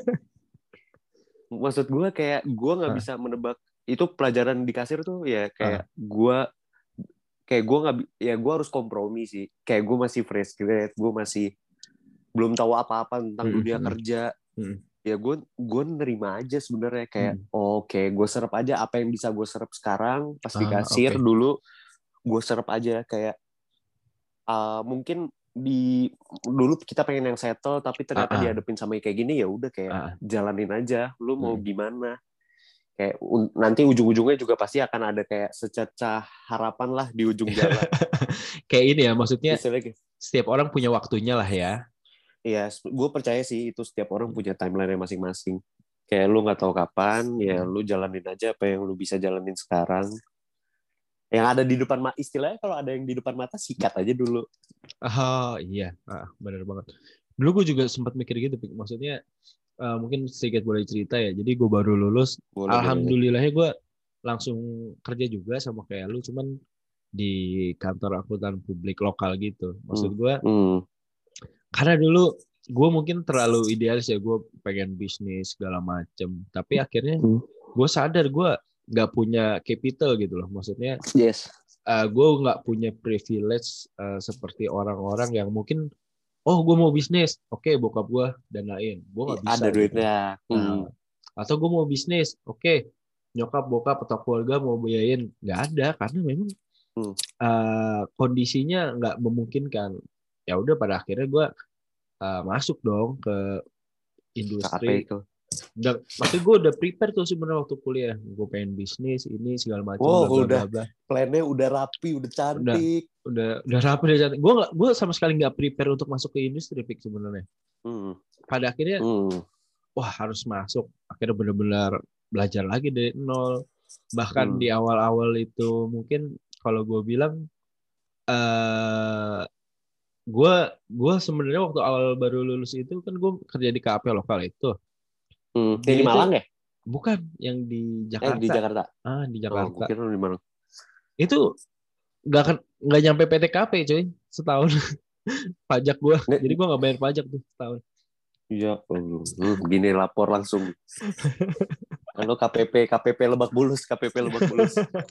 Speaker 2: Maksud gue kayak gue nggak
Speaker 3: Ah,
Speaker 2: bisa menebak itu pelajaran di kasir tuh, ya
Speaker 3: ah,
Speaker 2: kayak gue kayak gue nggak bi- ya gue harus kompromi sih, kayak gue masih fresh grad, gue masih belum tahu apa-apa tentang
Speaker 3: mm,
Speaker 2: dunia
Speaker 3: mm,
Speaker 2: kerja.
Speaker 3: mm,
Speaker 2: Ya gue gue nerima aja sebenarnya, kayak
Speaker 3: mm.
Speaker 2: oke okay, gue serap aja apa yang bisa gue serap sekarang pas di
Speaker 3: Ah,
Speaker 2: kasir
Speaker 3: oke.
Speaker 2: dulu, gue serap aja kayak uh, mungkin di dulu kita pengen yang settle tapi
Speaker 3: Ah,
Speaker 2: ternyata
Speaker 3: ah,
Speaker 2: dihadapin sama kayak gini, ya udah kayak
Speaker 3: ah.
Speaker 2: jalanin aja, lu mau
Speaker 3: Mm.
Speaker 2: gimana, kayak un- nanti ujung-ujungnya juga pasti akan ada kayak sececah harapan lah di ujung jalan.
Speaker 3: Kayak ini ya, maksudnya
Speaker 2: Istilahnya
Speaker 3: setiap orang punya waktunya lah ya.
Speaker 2: ya gue percaya sih itu setiap orang
Speaker 3: Mm,
Speaker 2: punya timeline masing-masing, kayak lu nggak tahu kapan, ya
Speaker 3: mm.
Speaker 2: lu jalanin aja apa yang lu bisa jalanin sekarang, yang ada di depan mata, istilahnya kalau ada yang di depan mata sikat aja dulu.
Speaker 3: Oh iya, ah, benar banget. Dulu gue juga sempat mikir gitu, Pik. Maksudnya eh, mungkin sedikit boleh cerita ya. Jadi gue baru lulus,
Speaker 2: Boleh boleh.
Speaker 3: alhamdulillahnya gue langsung kerja juga sama kayak lu, cuman di kantor akuntan publik lokal gitu.
Speaker 2: Hmm.
Speaker 3: Maksud gue,
Speaker 2: Hmm.
Speaker 3: karena dulu gue mungkin terlalu idealis ya, gue pengen bisnis segala macem. Tapi akhirnya
Speaker 2: Hmm.
Speaker 3: gue sadar gue nggak punya capital gitu loh. Maksudnya
Speaker 2: Yes.
Speaker 3: uh, gue nggak punya privilege uh, seperti orang-orang yang mungkin oh gue mau bisnis, oke okay, bokap gue danain, gue nggak bisa
Speaker 2: Ada
Speaker 3: gitu.
Speaker 2: duitnya.
Speaker 3: Nah,
Speaker 2: Hmm.
Speaker 3: atau gue mau bisnis, oke okay, nyokap bokap atau keluarga mau biayain, nggak ada karena memang
Speaker 2: Hmm.
Speaker 3: uh, kondisinya nggak memungkinkan. Ya udah pada akhirnya gue uh, masuk dong ke
Speaker 2: Ke apa
Speaker 3: industri.
Speaker 2: itu?
Speaker 3: Udah, maksud gue udah prepare tuh sebenarnya waktu kuliah. Gue pengen bisnis ini segala macam
Speaker 2: Wow,
Speaker 3: bla bla
Speaker 2: udah
Speaker 3: bla bla.
Speaker 2: plannya udah rapi, udah
Speaker 3: Udah
Speaker 2: cantik.
Speaker 3: udah udah rapi udah cantik. Gue nggak gue sama sekali nggak prepare untuk masuk ke industri Pik, sebenarnya.
Speaker 2: Hmm.
Speaker 3: Pada akhirnya
Speaker 2: Hmm.
Speaker 3: wah harus masuk. Akhirnya benar-benar belajar lagi dari nol. Bahkan
Speaker 2: Hmm.
Speaker 3: di awal-awal itu mungkin kalau gue bilang eh gue gue sebenarnya waktu awal baru lulus itu kan gue kerja di K A P lokal itu.
Speaker 2: Hmm. Yang
Speaker 3: Dia
Speaker 2: di
Speaker 3: itu
Speaker 2: Malang ya?
Speaker 3: bukan yang di
Speaker 2: Eh di
Speaker 3: Jakarta.
Speaker 2: Jakarta.
Speaker 3: Ah, di
Speaker 2: Oh, gue
Speaker 3: Jakarta.
Speaker 2: kira lu di Malang.
Speaker 3: Itu nggak kan nggak nyampe P T K P cuy setahun pajak gue.
Speaker 2: Nggak,
Speaker 3: Jadi gue nggak bayar pajak tuh setahun.
Speaker 2: iya, hmm, begini lapor langsung. Halo K P P, K P P Lebak Bulus, K P P Lebak Bulus.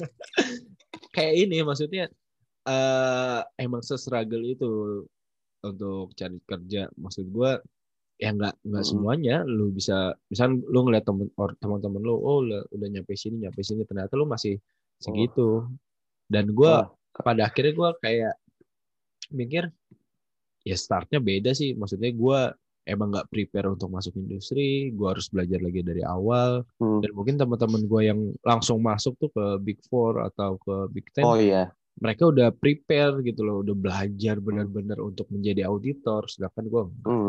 Speaker 3: Kayak ini maksudnya uh, emang se-struggle itu untuk cari kerja. Maksud gue ya nggak nggak
Speaker 2: Hmm.
Speaker 3: semuanya lu bisa, misal lu ngeliat temen or, teman-teman lu, oh udah, udah nyampe sini nyampe sini ternyata lu masih segitu. Dan gue
Speaker 2: Wah.
Speaker 3: pada akhirnya gue kayak mikir ya startnya beda sih. Maksudnya gue emang nggak prepare untuk masuk industri, gue harus belajar lagi dari awal.
Speaker 2: Hmm.
Speaker 3: Dan mungkin teman-teman gue yang langsung masuk tuh ke Big Four atau ke Big Ten,
Speaker 2: Oh iya.
Speaker 3: mereka udah prepare gitu loh, udah belajar
Speaker 2: Hmm.
Speaker 3: benar-benar untuk menjadi auditor. Sedangkan gue enggak.
Speaker 2: Hmm.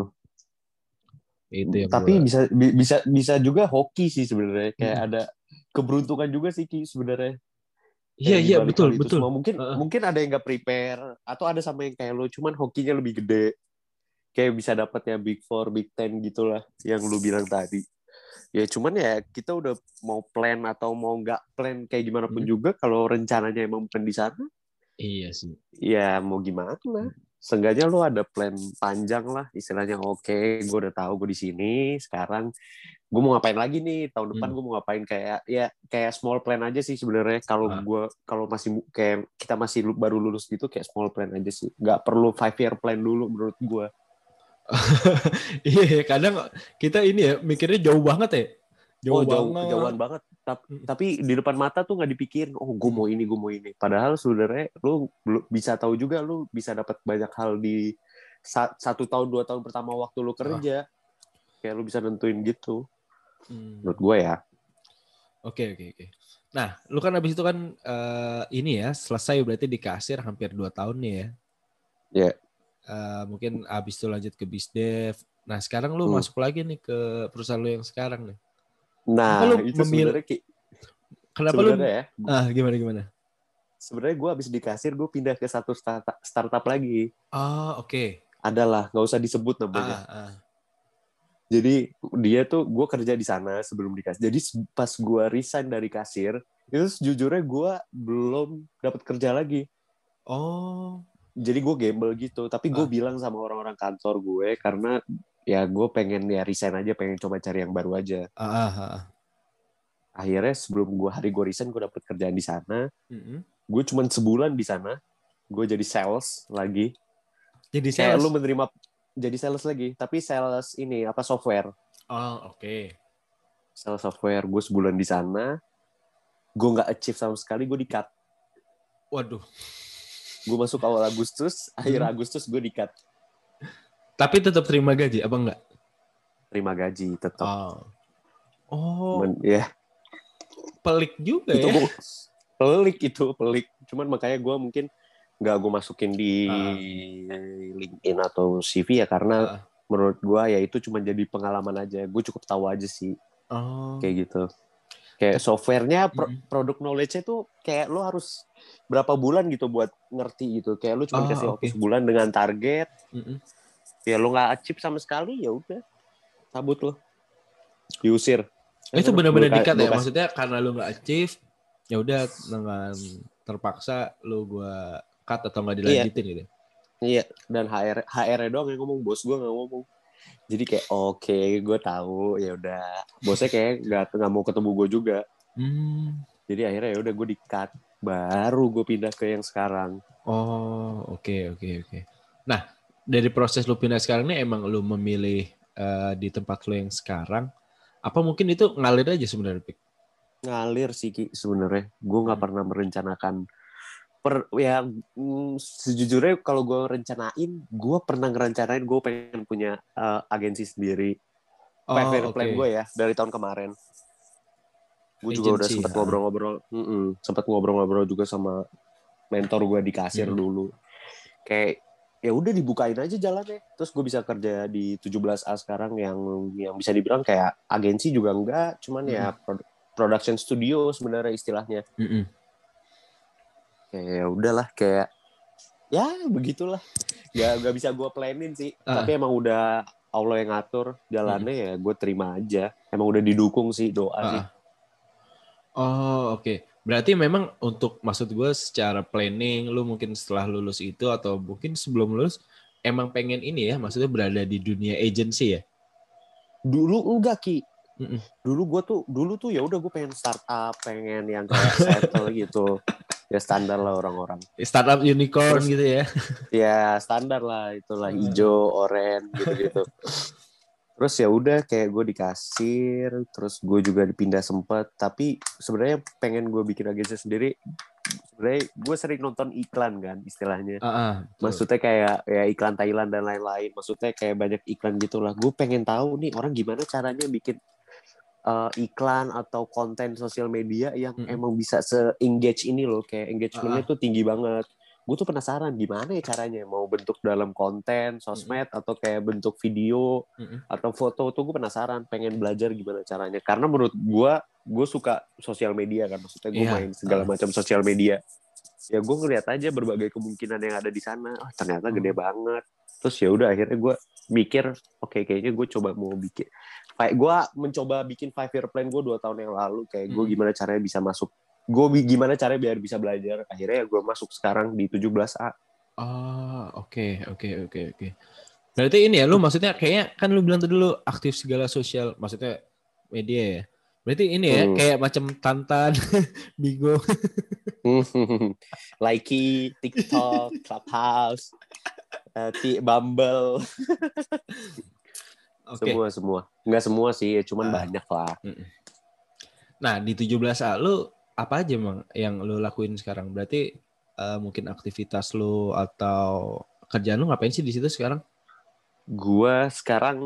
Speaker 3: Itu yang
Speaker 2: Tapi
Speaker 3: gue.
Speaker 2: bisa bi- bisa bisa juga hoki sih sebenarnya. Kayak
Speaker 3: Mm-mm.
Speaker 2: ada keberuntungan juga sih Ki sebenarnya.
Speaker 3: Iya
Speaker 2: Kayak di
Speaker 3: iya
Speaker 2: balik
Speaker 3: betul
Speaker 2: hal itu
Speaker 3: betul.
Speaker 2: semua mungkin
Speaker 3: Uh-uh.
Speaker 2: mungkin ada yang nggak prepare atau ada sama yang kayak lo cuman hokinya lebih gede. Kayak bisa dapatnya Big Four, Big Ten gitulah yang lu bilang tadi. Ya cuman ya kita udah mau plan atau mau nggak plan kayak gimana pun
Speaker 3: Hmm.
Speaker 2: juga kalau rencananya emang bukan di sana,
Speaker 3: Iya sih.
Speaker 2: ya mau gimana? Seenggaknya lu ada plan panjang lah, istilahnya oke, gue udah tahu gue di sini sekarang, gue mau ngapain lagi nih tahun depan,
Speaker 3: Hmm.
Speaker 2: gue mau ngapain kayak ya kayak small plan aja sih sebenarnya. Kalau
Speaker 3: Ah.
Speaker 2: gue kalau masih kayak kita masih baru lulus gitu kayak small plan aja sih, nggak perlu five year plan dulu menurut gue.
Speaker 3: Iya kadang kita ini ya mikirnya jauh banget ya. Jauh
Speaker 2: Oh jauh
Speaker 3: banget.
Speaker 2: kejauhan banget. Tapi,
Speaker 3: Hmm.
Speaker 2: tapi di depan mata tuh nggak dipikirin. Oh gue mau ini, gue mau ini. Padahal sebenarnya lu belum bisa tahu juga, lu bisa dapat banyak hal di sa- satu tahun dua tahun pertama waktu lu kerja. Ah. Kayak lu bisa nentuin gitu. Hmm. Menurut gue ya.
Speaker 3: Oke oke oke. Nah, lu kan abis itu kan uh, ini ya selesai berarti di kasir hampir dua tahun nih ya. Iya.
Speaker 2: Yeah.
Speaker 3: Uh, mungkin abis itu lanjut ke bisdev. Nah sekarang lu
Speaker 2: hmm.
Speaker 3: masuk lagi nih ke perusahaan lu yang sekarang nih.
Speaker 2: Nah
Speaker 3: lu
Speaker 2: itu
Speaker 3: memil...
Speaker 2: sebenarnya ki...
Speaker 3: kenapa
Speaker 2: sebenarnya
Speaker 3: lu
Speaker 2: ya?
Speaker 3: Ah gimana gimana?
Speaker 2: Sebenarnya gue abis di kasir gue pindah ke satu startup, startup lagi.
Speaker 3: Oh oke. Okay.
Speaker 2: Adalah nggak usah disebut namanya.
Speaker 3: Ah, ah.
Speaker 2: Jadi dia tuh gue kerja di sana sebelum di kasir. Jadi pas gue resign dari kasir itu sejujurnya gue belum dapat kerja lagi.
Speaker 3: Oh.
Speaker 2: Jadi gue gamble gitu, tapi gue
Speaker 3: ah.
Speaker 2: bilang sama orang-orang kantor gue karena ya gue pengen ya resign aja, pengen coba cari yang baru aja.
Speaker 3: Ah, ah, ah.
Speaker 2: Akhirnya sebelum gue hari gue resign, gue dapet kerjaan di sana.
Speaker 3: Mm-hmm.
Speaker 2: Gue cuma sebulan di sana, gue jadi sales lagi.
Speaker 3: Jadi sales?
Speaker 2: Kayak lu menerima jadi sales lagi, tapi sales ini apa software?
Speaker 3: Oh oke. Okay.
Speaker 2: Sales software, gue sebulan di sana, gue nggak achieve sama sekali, gue di-cut.
Speaker 3: Waduh.
Speaker 2: Gue masuk awal Agustus, akhir hmm. Agustus gue di-cut.
Speaker 3: Tapi tetap terima gaji, apa enggak?
Speaker 2: Terima gaji, tetap.
Speaker 3: Oh. Oh.
Speaker 2: Cuman, ya.
Speaker 3: Pelik juga
Speaker 2: itu
Speaker 3: ya.
Speaker 2: Gua, pelik itu, pelik. Cuman makanya gue mungkin nggak gue masukin di uh. LinkedIn atau C V ya, karena uh. menurut gue ya itu cuma jadi pengalaman aja. Gue cukup tahu aja sih.
Speaker 3: Oh.
Speaker 2: Kayak gitu. Kayak softwarenya, pro, mm-hmm. produk knowledge-nya tuh kayak lo harus berapa bulan gitu buat ngerti gitu. Kayak lo cuma oh, dikasih waktu okay. sebulan dengan target. Mm-hmm. Ya lo nggak achieve sama sekali, ya udah cabut lo, diusir.
Speaker 3: Itu benar-benar dikat ya, maksudnya karena lo nggak achieve, ya udah dengan terpaksa lo gua cut atau nggak dilanjutin
Speaker 2: iya.
Speaker 3: gitu.
Speaker 2: Iya. Dan H R H R-nya doang yang ngomong, bos gua nggak ngomong. Jadi kayak oke, okay, gue tahu, ya udah. Bosnya kayak nggak nggak mau ketemu gue juga. Hmm. Jadi akhirnya ya udah gue di-cut, baru gue pindah ke yang sekarang.
Speaker 3: Oh, oke okay, oke okay, oke. Okay. Nah, dari proses lu pindah sekarang ini emang lu memilih uh, di tempat lu yang sekarang, apa mungkin itu ngalir aja sebenarnya, Pik?
Speaker 2: Ngalir sih Ki sebenarnya. Gue nggak hmm. pernah merencanakan per ya mm, sejujurnya kalau gue rencanain, gue pernah ngerencanain gue pengen punya uh, agensi sendiri. Five year
Speaker 3: Oh,
Speaker 2: plan
Speaker 3: oke.
Speaker 2: gue ya dari tahun kemarin. Gue juga udah
Speaker 3: Agency.
Speaker 2: sempat
Speaker 3: ah.
Speaker 2: ngobrol-ngobrol, mm-mm, sempat ngobrol-ngobrol juga sama mentor gue di kasir
Speaker 3: Mm-mm.
Speaker 2: dulu. Kayak ya udah dibukain aja jalannya. Terus gue bisa kerja di tujuh belas A sekarang yang yang bisa dibilang kayak agensi juga enggak, cuman ya
Speaker 3: Mm-mm.
Speaker 2: pro- production studio sebenarnya istilahnya.
Speaker 3: Mm-mm.
Speaker 2: Kayak ya udahlah kayak ya begitulah. Gak gak bisa gue planning sih.
Speaker 3: Ah.
Speaker 2: Tapi emang udah Allah yang ngatur jalannya ya gue terima aja. Emang udah didukung sih doa
Speaker 3: Ah,
Speaker 2: sih.
Speaker 3: ah. Oh, oke. Berarti memang untuk maksud gue secara planning lu mungkin setelah lulus itu atau mungkin sebelum lulus emang pengen ini ya, maksudnya berada di dunia agency ya?
Speaker 2: Dulu enggak Ki.
Speaker 3: Mm-mm.
Speaker 2: Dulu gue tuh dulu tuh ya udah gue pengen startup, pengen yang kayak settle gitu. Ya standar lah orang-orang.
Speaker 3: Startup unicorn
Speaker 2: Terus
Speaker 3: gitu ya.
Speaker 2: ya standar lah itulah hijau, oranye gitu-gitu. Terus ya udah kayak gue di kasir, terus gue juga dipindah sempet. Tapi sebenarnya pengen gue bikin agensi sendiri. Sebenarnya gue sering nonton iklan kan istilahnya.
Speaker 3: Ah, ah, betul.
Speaker 2: Maksudnya kayak ya iklan Thailand dan lain-lain. Maksudnya kayak banyak iklan gitulah. Gue pengen tahu nih orang gimana caranya bikin uh, iklan atau konten sosial media yang
Speaker 3: Mm-mm.
Speaker 2: emang bisa se-engage ini loh. Kayak engagementnya
Speaker 3: Ah, ah.
Speaker 2: tuh tinggi banget. Gue tuh penasaran gimana ya caranya. Mau bentuk dalam konten, sosmed, atau kayak bentuk video,
Speaker 3: Mm-mm.
Speaker 2: atau foto tuh gue penasaran. Pengen belajar gimana caranya. Karena menurut gue, gue suka sosial media kan. Maksudnya gue
Speaker 3: Iya.
Speaker 2: main segala
Speaker 3: Ah.
Speaker 2: macam sosial media. Ya gue ngeliat aja berbagai kemungkinan yang ada di sana. Oh, ternyata gede
Speaker 3: Hmm.
Speaker 2: banget. Terus ya udah akhirnya gue mikir, oke okay, kayaknya gue coba mau bikin. Kayak gue mencoba bikin five year plan gue dua tahun yang lalu. Kayak gue
Speaker 3: Hmm.
Speaker 2: gimana caranya bisa masuk. Gue gimana caranya biar bisa belajar. Akhirnya ya gue masuk sekarang di tujuh belas A.
Speaker 3: Oh, oke, oke, oke, oke. Berarti ini ya, lu maksudnya kayaknya kan lu bilang tuh dulu aktif segala sosial, maksudnya media ya. Berarti ini ya,
Speaker 2: Hmm.
Speaker 3: kayak macam Tantan, Bigo.
Speaker 2: Likey, TikTok, Clubhouse, uh, Bumble.
Speaker 3: Oke.
Speaker 2: Semua, semua. Nggak semua sih, cuman
Speaker 3: Ah.
Speaker 2: banyak lah.
Speaker 3: Nah, di tujuh belas A lu apa aja Mang yang lu lakuin sekarang? Berarti uh, mungkin aktivitas lu atau kerjaan lu ngapain sih di situ sekarang?
Speaker 2: Gua sekarang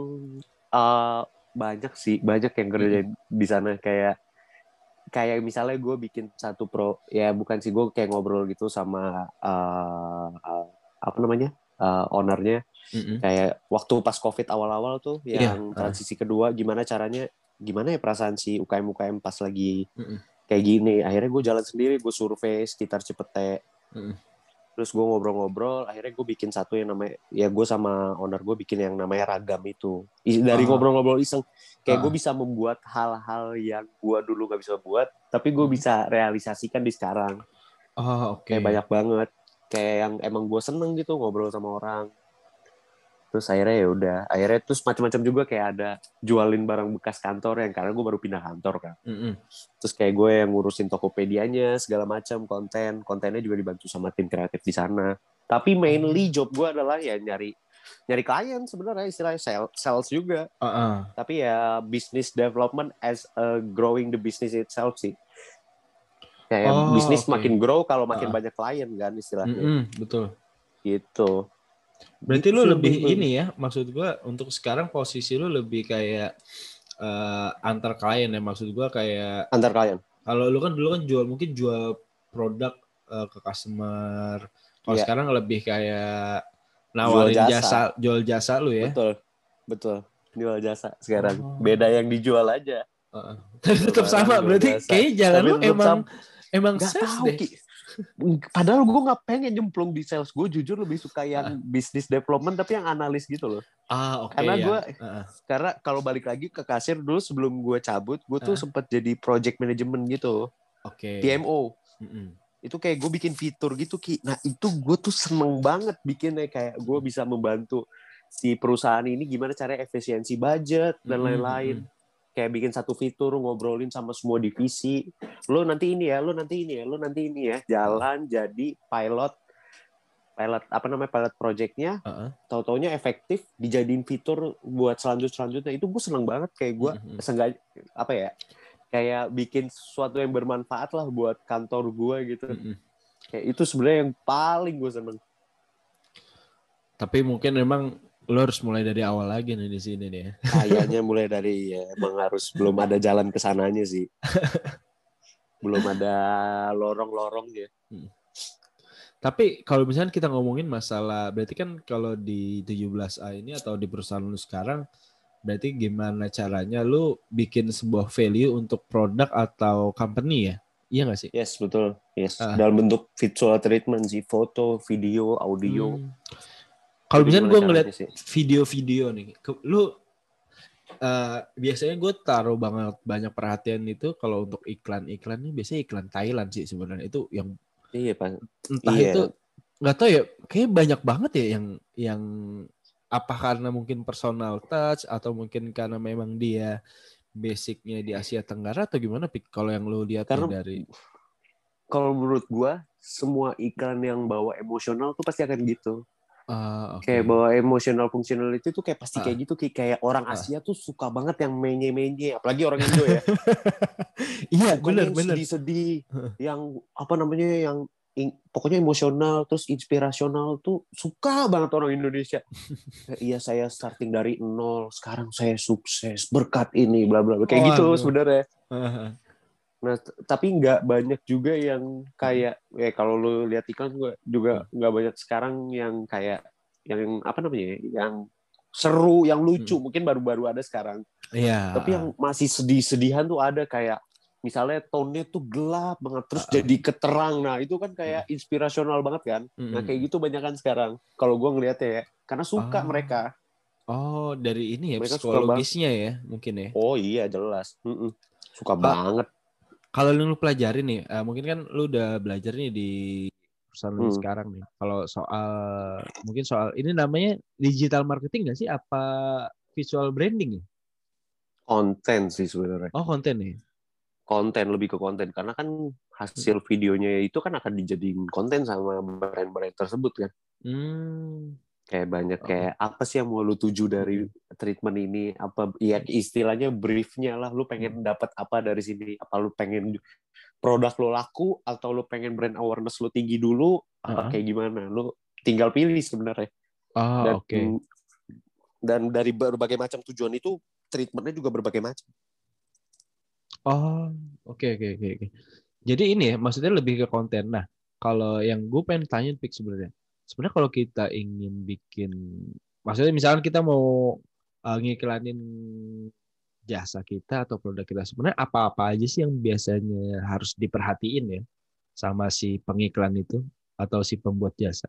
Speaker 2: uh, banyak sih, banyak yang kerja
Speaker 3: Mm-mm.
Speaker 2: di sana kayak kayak misalnya gue bikin satu pro, ya bukan sih gue kayak ngobrol gitu sama uh, uh, apa namanya uh, ownernya.
Speaker 3: Mm-mm.
Speaker 2: Kayak waktu pas COVID awal-awal tuh
Speaker 3: Iya,
Speaker 2: yang
Speaker 3: ah.
Speaker 2: transisi kedua, gimana caranya, gimana ya perasaan si U K M U K M pas lagi
Speaker 3: Mm-mm.
Speaker 2: kayak gini. Akhirnya gue jalan sendiri, gue survei sekitar Cipete.
Speaker 3: Mm-mm.
Speaker 2: Terus gue ngobrol-ngobrol, akhirnya gue bikin satu yang namanya, ya gue sama owner gue bikin yang namanya Ragam itu. Dari
Speaker 3: Ah.
Speaker 2: ngobrol-ngobrol iseng, kayak
Speaker 3: Ah.
Speaker 2: gue bisa membuat hal-hal yang gue dulu gak bisa buat, tapi gue
Speaker 3: Hmm.
Speaker 2: bisa realisasikan di sekarang.
Speaker 3: Oh, oke.
Speaker 2: Kayak banyak banget, kayak yang emang gue seneng gitu ngobrol sama orang. Terus akhirnya ya udah, akhirnya terus macam-macam juga kayak ada jualin barang bekas kantor yang karena gue baru pindah kantor kan.
Speaker 3: Mm-mm.
Speaker 2: Terus kayak gue yang ngurusin Tokopedia-nya segala macam, konten, kontennya juga dibantu sama tim kreatif di sana. Tapi mainly job gue adalah ya nyari nyari klien sebenarnya, istilahnya sales, sales juga.
Speaker 3: Uh-uh.
Speaker 2: Tapi ya business development as a growing the business itself sih. Kayak
Speaker 3: Oh,
Speaker 2: bisnis
Speaker 3: oke.
Speaker 2: makin grow kalau makin
Speaker 3: Uh-uh.
Speaker 2: banyak klien kan istilahnya.
Speaker 3: Mm-mm, betul.
Speaker 2: Gitu.
Speaker 3: Berarti
Speaker 2: Gitu
Speaker 3: lu
Speaker 2: sih
Speaker 3: lebih
Speaker 2: gue.
Speaker 3: ini ya, maksud gua untuk sekarang posisi lu lebih kayak uh, antar klien ya, maksud gua kayak
Speaker 2: Antar klien.
Speaker 3: kalau lu kan dulu kan jual mungkin jual produk uh, ke customer. Kalau
Speaker 2: Iya.
Speaker 3: sekarang lebih kayak nawarin
Speaker 2: Jual
Speaker 3: jasa.
Speaker 2: jasa.
Speaker 3: jual jasa lu ya.
Speaker 2: Betul. Betul. Jual jasa sekarang.
Speaker 3: Oh.
Speaker 2: Beda yang dijual aja.
Speaker 3: Uh-uh. Tetap
Speaker 2: Barang
Speaker 3: sama,
Speaker 2: jual
Speaker 3: berarti
Speaker 2: jasa.
Speaker 3: kayaknya jalan
Speaker 2: Tapi
Speaker 3: lu
Speaker 2: tetap
Speaker 3: emang
Speaker 2: sama.
Speaker 3: emang
Speaker 2: Gak
Speaker 3: sales
Speaker 2: tahu
Speaker 3: deh.
Speaker 2: Ki. Padahal gue gak pengen nyemplung di sales. Gue jujur lebih suka
Speaker 3: Uh.
Speaker 2: yang business development tapi yang analis gitu loh.
Speaker 3: Ah, oke.
Speaker 2: Karena
Speaker 3: ya.
Speaker 2: gue
Speaker 3: Uh-uh.
Speaker 2: karena kalau balik lagi ke kasir dulu sebelum gue cabut, gue tuh
Speaker 3: Uh.
Speaker 2: sempet jadi project management gitu.
Speaker 3: Oke.
Speaker 2: P M O.
Speaker 3: Mm-mm.
Speaker 2: Itu kayak gue bikin fitur gitu Ki. Nah itu gue tuh seneng banget bikinnya. Kayak gue bisa membantu si perusahaan ini gimana caranya efisiensi budget dan
Speaker 3: Mm-mm,
Speaker 2: lain-lain.
Speaker 3: mm-mm.
Speaker 2: Kayak bikin satu fitur, ngobrolin sama semua divisi. Lo nanti ini ya, lo nanti ini ya, lo nanti ini ya. Jalan jadi pilot, pilot apa namanya pilot projectnya.
Speaker 3: Uh-uh.
Speaker 2: Tahu-taunya efektif, dijadiin fitur buat selanjut selanjutnya. Itu gue seneng banget. Kayak gue
Speaker 3: Mm-hmm.
Speaker 2: sengaja apa ya? Kayak bikin sesuatu yang bermanfaat lah buat kantor gue gitu.
Speaker 3: Mm-mm.
Speaker 2: Kayak itu sebenarnya yang paling gue seneng.
Speaker 3: Tapi mungkin memang lo harus mulai dari awal lagi nih di sini nih ya.
Speaker 2: Kayaknya mulai dari ya emang harus belum ada jalan ke sananya sih. Belum ada lorong-lorongnya.
Speaker 3: Hmm. Tapi kalau misalnya kita ngomongin masalah, berarti kan kalau di tujuh belas A ini atau di perusahaan lu sekarang, berarti gimana caranya lu bikin sebuah value untuk produk atau company ya? Iya nggak sih?
Speaker 2: Yes, betul. Yes.
Speaker 3: Ah.
Speaker 2: Dalam bentuk visual treatment sih, foto, video, audio.
Speaker 3: Hmm. Kalau
Speaker 2: Jadi
Speaker 3: misalnya
Speaker 2: gimana
Speaker 3: gue
Speaker 2: caranya
Speaker 3: ngeliat
Speaker 2: sih?
Speaker 3: video-video nih, ke- lu uh, biasanya gue taruh banget banyak perhatian itu kalau untuk iklan-iklan nih biasanya iklan Thailand sih sebenarnya itu yang
Speaker 2: Iya, Pak.
Speaker 3: entah
Speaker 2: Iya.
Speaker 3: itu nggak tahu ya, kayak banyak banget ya yang yang apa karena mungkin personal touch atau mungkin karena memang dia basicnya di Asia Tenggara atau gimana Pik? Kalau yang lu lihat nih
Speaker 2: Karena
Speaker 3: dari
Speaker 2: kalau menurut gua semua iklan yang bawa emosional tuh pasti akan gitu.
Speaker 3: ah oke
Speaker 2: Kayak bawa emosional functionality tuh kayak pasti
Speaker 3: Ah.
Speaker 2: kayak gitu. Kayak, kayak orang
Speaker 3: Ah.
Speaker 2: Asia tuh suka banget yang menye-menye. Apalagi orang Indo ya.
Speaker 3: iya
Speaker 2: Sukanya
Speaker 3: benar
Speaker 2: yang
Speaker 3: benar
Speaker 2: sedih-sedih. Yang apa namanya yang in- pokoknya emosional terus inspirasional tuh suka banget orang Indonesia. Kayak, iya saya starting dari nol, sekarang saya sukses berkat ini bla bla bla. Kayak gitu
Speaker 3: Waduh.
Speaker 2: sebenarnya.
Speaker 3: Ah.
Speaker 2: Nah, t- tapi nggak banyak juga yang kayak ya kalau lu lihat iklan juga juga nggak banyak sekarang yang kayak yang apa namanya yang seru, yang lucu.
Speaker 3: Hmm.
Speaker 2: Mungkin baru-baru ada sekarang.
Speaker 3: Iya.
Speaker 2: Tapi yang masih sedih-sedihan tuh ada kayak misalnya tone-nya tuh gelap banget terus
Speaker 3: Uh-uh.
Speaker 2: jadi keterang. Nah, itu kan kayak inspirasional banget kan. Nah, kayak gitu banyak kan sekarang. Kalau gue ngeliatnya ya, karena suka
Speaker 3: Ah.
Speaker 2: mereka.
Speaker 3: Oh, dari ini ya
Speaker 2: Mereka suka
Speaker 3: psikologisnya ya mungkin ya.
Speaker 2: Oh iya, jelas. Mm-mm. Suka
Speaker 3: Pak,
Speaker 2: banget.
Speaker 3: kalau lu pelajari nih, uh, mungkin kan lu udah belajar nih di perusahaan lu
Speaker 2: Hmm.
Speaker 3: sekarang nih. Kalau soal mungkin soal ini namanya digital marketing nggak sih? Apa visual branding ya?
Speaker 2: Konten sih sebenarnya.
Speaker 3: Oh konten nih.
Speaker 2: Konten, lebih ke konten. Karena kan hasil videonya itu kan akan dijadiin konten sama brand-brand tersebut kan.
Speaker 3: Hmm.
Speaker 2: Kayak banyak
Speaker 3: Oh.
Speaker 2: kayak apa sih yang mau lu tuju dari treatment ini? Apa ya istilahnya briefnya lah. Lu pengen dapat apa dari sini? Apa lu pengen produk lo laku atau lu pengen brand awareness lu tinggi dulu? Apa
Speaker 3: Uh-huh.
Speaker 2: kayak gimana? Lu tinggal pilih sebenarnya.
Speaker 3: Ah
Speaker 2: Dan
Speaker 3: oke. Okay.
Speaker 2: dan dari berbagai macam tujuan itu treatmentnya juga berbagai macam.
Speaker 3: Oh oke okay, oke okay, oke. Okay. Jadi ini ya maksudnya lebih ke konten. Nah kalau yang gue pengen tanya Pik sebenarnya. Sebenarnya kalau kita ingin bikin, maksudnya misalkan kita mau uh, ngiklanin jasa kita atau produk kita, sebenarnya apa-apa aja sih yang biasanya harus diperhatiin ya sama si pengiklan itu atau si pembuat jasa?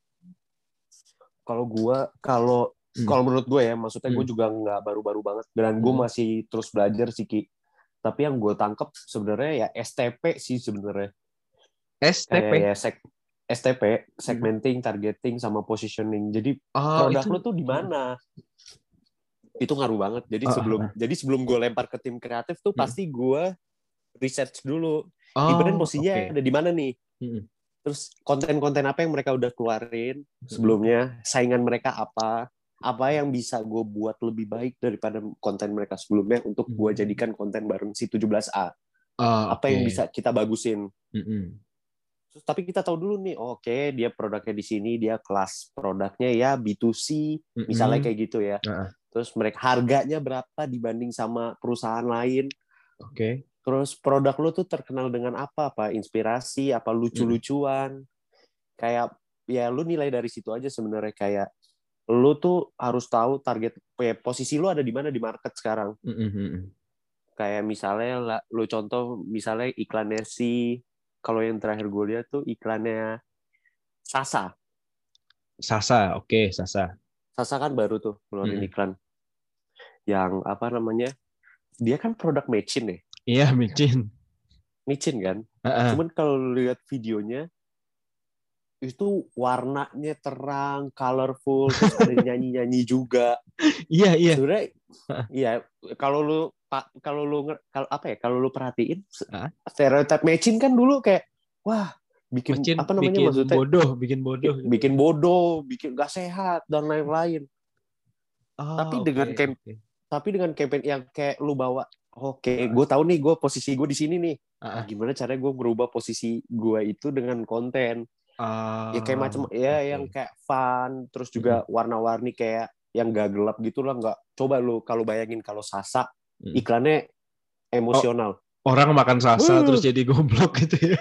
Speaker 2: Kalau gua, kalau
Speaker 3: Hmm.
Speaker 2: kalau menurut gue ya, maksudnya gue
Speaker 3: Hmm.
Speaker 2: juga nggak baru-baru banget dan gue
Speaker 3: Hmm.
Speaker 2: masih terus belajar sih Ki. Tapi yang gue tangkep sebenarnya ya S T P sih sebenarnya.
Speaker 3: S T P.
Speaker 2: Kayak ya seg S T P, segmenting, targeting, sama positioning. Jadi
Speaker 3: Oh,
Speaker 2: produk
Speaker 3: itu
Speaker 2: lo tuh di mana? Itu ngaruh banget. Jadi
Speaker 3: Oh,
Speaker 2: sebelum
Speaker 3: ah.
Speaker 2: jadi sebelum gue lempar ke tim kreatif tuh
Speaker 3: Hmm.
Speaker 2: pasti gue research dulu.
Speaker 3: Oh,
Speaker 2: Ini brand posisinya
Speaker 3: oke.
Speaker 2: ada di mana nih?
Speaker 3: Hmm.
Speaker 2: Terus konten-konten apa yang mereka udah keluarin sebelumnya, saingan mereka apa, apa yang bisa gue buat lebih baik daripada konten mereka sebelumnya untuk gue jadikan konten bareng si tujuh belas A.
Speaker 3: Oh,
Speaker 2: Apa
Speaker 3: oke.
Speaker 2: yang bisa kita bagusin.
Speaker 3: Hmm.
Speaker 2: Terus, tapi kita tahu dulu nih, oke okay, dia produknya di sini, dia kelas produknya ya B dua C,
Speaker 3: Hmm.
Speaker 2: misalnya kayak gitu ya.
Speaker 3: Uh-uh.
Speaker 2: Terus mereka harganya berapa dibanding sama perusahaan lain.
Speaker 3: Oke. Okay.
Speaker 2: Terus produk lo tuh terkenal dengan apa? Apa inspirasi, apa lucu-lucuan. Hmm. Kayak ya lu nilai dari situ aja sebenarnya, kayak lu tuh harus tahu target ya, posisi lu ada di mana di market sekarang.
Speaker 3: Mm-hmm.
Speaker 2: Kayak misalnya lu contoh misalnya iklannya si, kalau yang terakhir gue lihat tuh iklannya Sasa.
Speaker 3: Sasa, oke okay, Sasa.
Speaker 2: Sasa kan baru tuh ngeluarin mm-hmm. iklan yang apa namanya? Dia kan produk mecin ya.
Speaker 3: Iya, mecin.
Speaker 2: Mecin kan.
Speaker 3: Uh-uh.
Speaker 2: Cuman kalau lihat videonya itu warnanya terang, colorful, terus ada nyanyi-nyanyi juga.
Speaker 3: Iya, iya.
Speaker 2: Sebenarnya iya, kalau lu Pak kalau lu kalau apa ya? Kalau lu perhatiin uh? stereotip mecin kan dulu kayak wah, bikin
Speaker 3: mecin,
Speaker 2: apa namanya
Speaker 3: bikin
Speaker 2: maksudnya?
Speaker 3: bodoh, bikin bodoh gitu.
Speaker 2: Bikin bodoh, bikin gak sehat dan lain-lain.
Speaker 3: Oh,
Speaker 2: tapi
Speaker 3: okay,
Speaker 2: dengan camp,
Speaker 3: okay.
Speaker 2: tapi dengan campaign yang kayak lu bawa, oke, okay, gue tahu nih gue posisi gue di sini nih. Nah, gimana caranya gue merubah posisi gue itu dengan konten.
Speaker 3: Uh,
Speaker 2: Ya kayak macam ya
Speaker 3: okay.
Speaker 2: yang kayak fun, terus juga
Speaker 3: Mm-mm.
Speaker 2: warna-warni kayak yang gak gelap gitu lah. Nggak, coba lu kalau bayangin kalau Sasa
Speaker 3: Mm.
Speaker 2: iklannya emosional.
Speaker 3: Oh, orang makan Sasa
Speaker 2: Uh.
Speaker 3: terus jadi goblok gitu ya.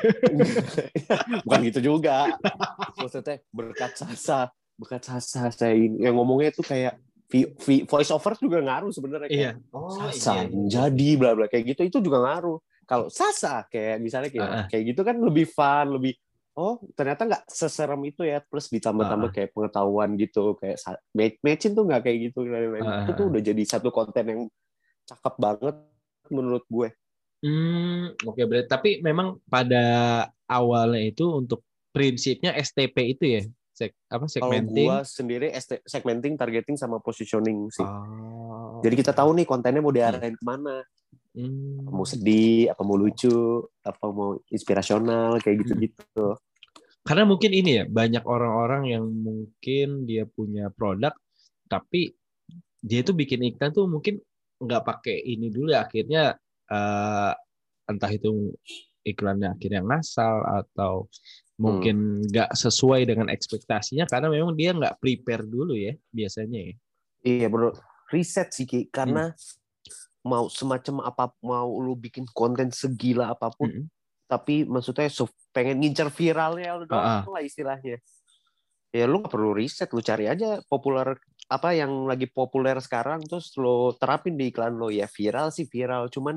Speaker 2: Bukan gitu juga. Maksudnya berkat Sasa, berkat Sasa saya ini yang ngomongnya itu kayak v- v- voice over juga ngaruh sebenarnya kayak
Speaker 3: Iya. Oh,
Speaker 2: Sasa
Speaker 3: iya, iya, iya.
Speaker 2: jadi bla bla kayak gitu itu juga ngaruh. Kalau Sasa kayak misalnya kayak,
Speaker 3: Uh-uh.
Speaker 2: kayak gitu kan lebih fun, lebih oh ternyata nggak seserem itu ya, plus ditambah-tambah
Speaker 3: Uh-uh.
Speaker 2: kayak pengetahuan gitu kayak match-matchin tuh nggak kayak gitu.
Speaker 3: Uh-uh.
Speaker 2: Itu tuh udah jadi satu konten yang cakep banget menurut gue.
Speaker 3: Hmm, oke okay, berarti tapi memang pada awalnya itu untuk prinsipnya S T P itu ya, Sek, apa
Speaker 2: Kalau gue
Speaker 3: segmenting.
Speaker 2: sendiri segmenting, targeting sama positioning sih.
Speaker 3: Oh.
Speaker 2: Jadi kita tahu nih kontennya mau
Speaker 3: Hmm.
Speaker 2: diarahin kemana.
Speaker 3: Hmm.
Speaker 2: Mau sedih, apa mau lucu, apa mau inspirasional kayak gitu-gitu.
Speaker 3: Karena mungkin ini ya banyak orang-orang yang mungkin dia punya produk tapi dia itu bikin iklan tuh mungkin nggak pakai ini dulu ya, akhirnya uh, entah itu iklannya akhirnya ngasal atau mungkin nggak hmm. sesuai dengan ekspektasinya karena memang dia nggak prepare dulu ya biasanya ya.
Speaker 2: Iya bro, riset sih Ki, karena hmm. mau semacam apa, mau lu bikin konten segila apapun, hmm. tapi maksudnya pengen ngincer viralnya lu doang uh-uh. lah istilahnya. Ya lu gak perlu riset, lu cari aja populer apa yang lagi populer sekarang terus lu terapin di iklan lo. Ya viral sih viral, cuman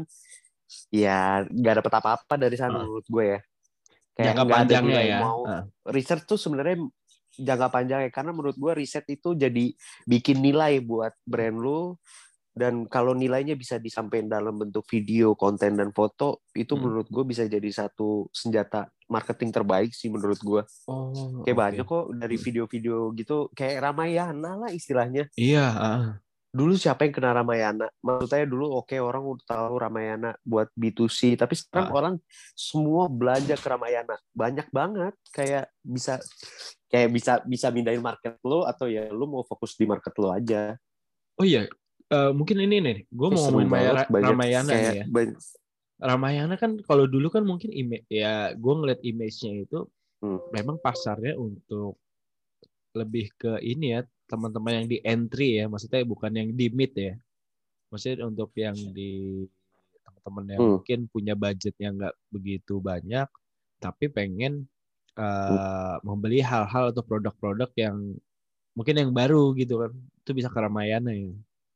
Speaker 2: ya nggak dapet apa-apa dari sana uh. menurut gue ya. Kayak
Speaker 3: jangka panjangnya ya.
Speaker 2: Mau uh. riset tuh sebenarnya jangka panjangnya, karena menurut gue riset itu jadi bikin nilai buat brand lu. Dan kalau nilainya bisa disampaikan dalam bentuk video, konten, dan foto, itu hmm. menurut gue bisa jadi satu senjata marketing terbaik sih menurut gue.
Speaker 3: Oh,
Speaker 2: kayak
Speaker 3: okay.
Speaker 2: banyak kok dari video-video gitu, kayak Ramayana lah istilahnya.
Speaker 3: Iya. Uh.
Speaker 2: Dulu siapa yang kena Ramayana? Maksudnya dulu oke okay, orang udah tahu Ramayana buat B to C, tapi sekarang uh. orang semua belanja ke Ramayana. Banyak banget, kayak bisa kayak bisa bisa mindahin market lo, atau ya lo mau fokus di market lo aja.
Speaker 3: Oh iya. Uh, mungkin ini nih, gue mau ngomongin banget, Ramayana nih ya. Banyak. Ramayana kan kalau dulu kan mungkin image ya, gue ngeliat image-nya itu hmm. memang pasarnya untuk lebih ke ini ya, teman-teman yang di entry ya, maksudnya bukan yang di mid ya, maksudnya untuk yang di teman-teman yang hmm. mungkin punya budget yang nggak begitu banyak, tapi pengen uh, hmm. membeli hal-hal atau produk-produk yang mungkin yang baru gitu kan, itu bisa ke Ramayana ya.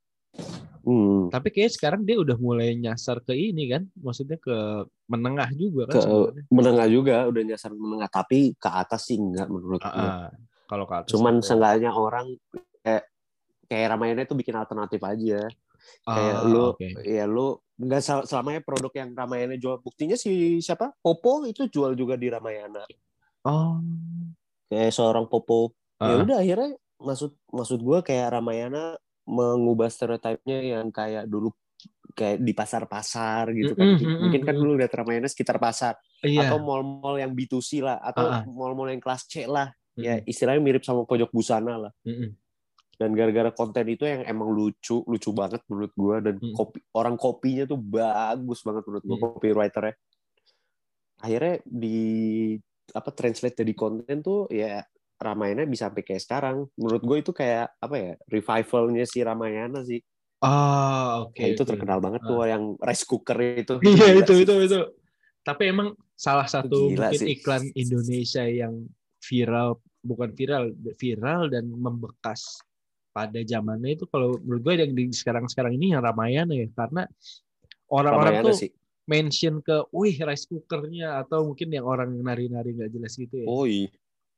Speaker 3: Hmm. Tapi kayak sekarang dia udah mulai nyasar ke ini kan, maksudnya ke menengah juga kan
Speaker 2: ke
Speaker 3: sebenarnya.
Speaker 2: Menengah juga, udah nyasar menengah, tapi ke atas sih enggak menurut uh-uh. gue.
Speaker 3: Kalau ke atas
Speaker 2: cuman seenggaknya orang kayak kayak Ramayana itu bikin alternatif aja. Ah, kayak lu okay. ya lu enggak selamanya produk yang Ramayana jual. Buktinya si siapa? Popo itu jual juga di Ramayana.
Speaker 3: Oh.
Speaker 2: Kayak seorang Popo. Uh-uh. Ya udah akhirnya maksud maksud gue kayak Ramayana mengubah stereotipnya yang kayak dulu kayak di pasar-pasar gitu kan. Mm-hmm, mungkin kan dulu lihat Ramayana sekitar pasar. Iya. Atau mall-mall yang B to C lah, atau uh-uh. mall-mall yang kelas C lah. Mm-hmm. Ya istilahnya mirip sama pojok busana lah. Mm-hmm. Dan gara-gara konten itu yang emang lucu, lucu banget menurut gue, dan mm-hmm. kopi, orang kopinya tuh bagus banget menurut gue, mm-hmm. copywriternya. Akhirnya di apa translate jadi konten tuh ya Ramayana bisa sampai kayak sekarang. Menurut gue itu kayak apa ya, revivalnya si Ramayana sih.
Speaker 3: Oh, oke. Okay,
Speaker 2: ya, itu
Speaker 3: okay.
Speaker 2: terkenal banget tuh, uh. yang rice cooker itu.
Speaker 3: Iya, itu, itu, itu. Tapi emang salah satu
Speaker 2: gila
Speaker 3: mungkin
Speaker 2: sih.
Speaker 3: Iklan Indonesia yang viral, bukan viral, viral dan membekas pada zamannya itu kalau menurut gue yang di sekarang-sekarang ini yang Ramayana ya. Karena orang-orang Ramayana tuh sih. Mention ke, wih rice cookernya, atau mungkin yang orang nari-nari nggak jelas gitu ya.
Speaker 2: Oh iya.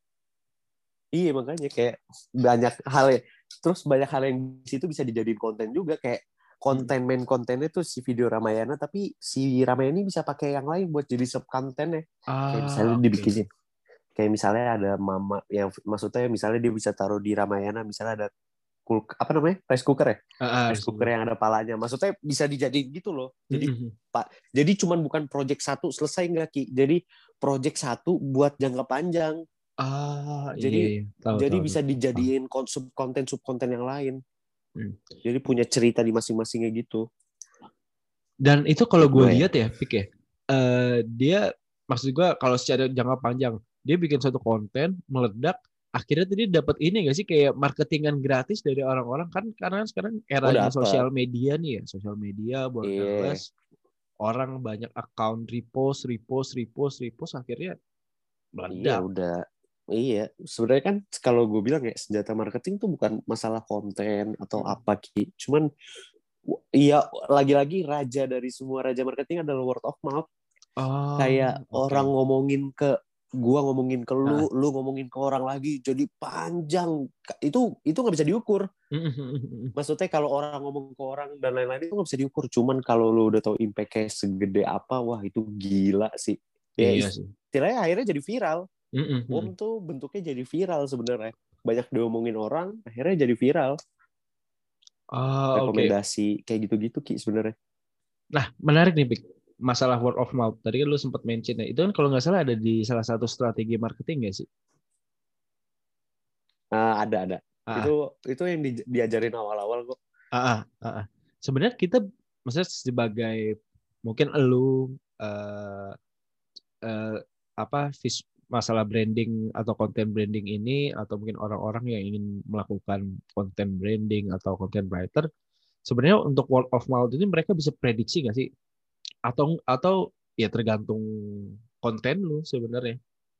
Speaker 2: Iya makanya kayak banyak hal ya. Terus banyak hal yang di situ bisa dijadiin konten juga, kayak konten main kontennya tuh si video Ramayana, tapi si Ramayana ini bisa pakai yang lain buat jadi sub kontennya. Ah, kayak misalnya okay. dibikinin. Kayak misalnya ada mama yang maksudnya misalnya dia bisa taruh di Ramayana, misalnya ada kul apa namanya? rice cooker ya? Uh, rice cooker yang ada palanya. Maksudnya bisa dijadiin gitu loh. Jadi mm-hmm. Pak, jadi cuman bukan project satu selesai enggak Ki. Jadi project satu buat jangka panjang.
Speaker 3: Ah,
Speaker 2: jadi
Speaker 3: iya, tahu,
Speaker 2: jadi
Speaker 3: tahu,
Speaker 2: bisa
Speaker 3: tahu.
Speaker 2: dijadiin sub konten sub konten yang lain. Hmm. Jadi punya cerita di masing-masingnya gitu.
Speaker 3: Dan itu kalau gue lihat ya, Pik ya, uh, dia maksud gue kalau secara jangka panjang dia bikin satu konten meledak, akhirnya tadi dapat ini nggak sih kayak marketingan gratis dari orang-orang kan, karena sekarang
Speaker 2: Oh
Speaker 3: eranya
Speaker 2: dapat.
Speaker 3: sosial media nih ya, sosial media
Speaker 2: Iya.
Speaker 3: borderless, orang banyak account repost repost repost repost akhirnya
Speaker 2: Iya
Speaker 3: meledak.
Speaker 2: udah. Iya, sebenarnya kan kalau gue bilang ya senjata marketing tuh bukan masalah konten atau
Speaker 3: Mm-mm.
Speaker 2: apa Ki. Cuman iya lagi-lagi raja dari semua raja marketing adalah word of mouth. Kayak
Speaker 3: Oh, oke.
Speaker 2: orang ngomongin ke gua ngomongin ke
Speaker 3: Nah.
Speaker 2: lu, lu ngomongin ke orang lagi jadi panjang. Itu itu nggak bisa diukur. Maksudnya kalau orang ngomong ke orang dan lain-lain itu nggak bisa diukur. Cuman kalau lu udah tahu impact-nya segede apa, wah itu gila sih. Ya
Speaker 3: Iya sih.
Speaker 2: istilahnya akhirnya jadi viral.
Speaker 3: Mm-mm.
Speaker 2: Wom tuh bentuknya jadi viral sebenarnya. Banyak diomongin orang, akhirnya jadi viral.
Speaker 3: Oh, oke.
Speaker 2: Rekomendasi kayak gitu-gitu Ki sebenarnya.
Speaker 3: Nah, menarik nih, Pik. Masalah word of mouth. Tadi kan lu sempat mention ya. Itu kan kalau nggak salah ada di salah satu strategi marketing nggak sih?
Speaker 2: Nah, ada ada.
Speaker 3: Ah,
Speaker 2: Itu itu yang di, diajarin awal-awal kok.
Speaker 3: ah, ah, ah, ah. Sebenarnya kita, maksudnya sebagai mungkin lu eh, eh, apa vis, masalah branding atau konten branding ini, atau mungkin orang-orang yang ingin melakukan konten branding atau content writer, sebenarnya untuk word of mouth ini mereka bisa prediksi nggak sih? Atau atau ya tergantung konten lu sebenarnya.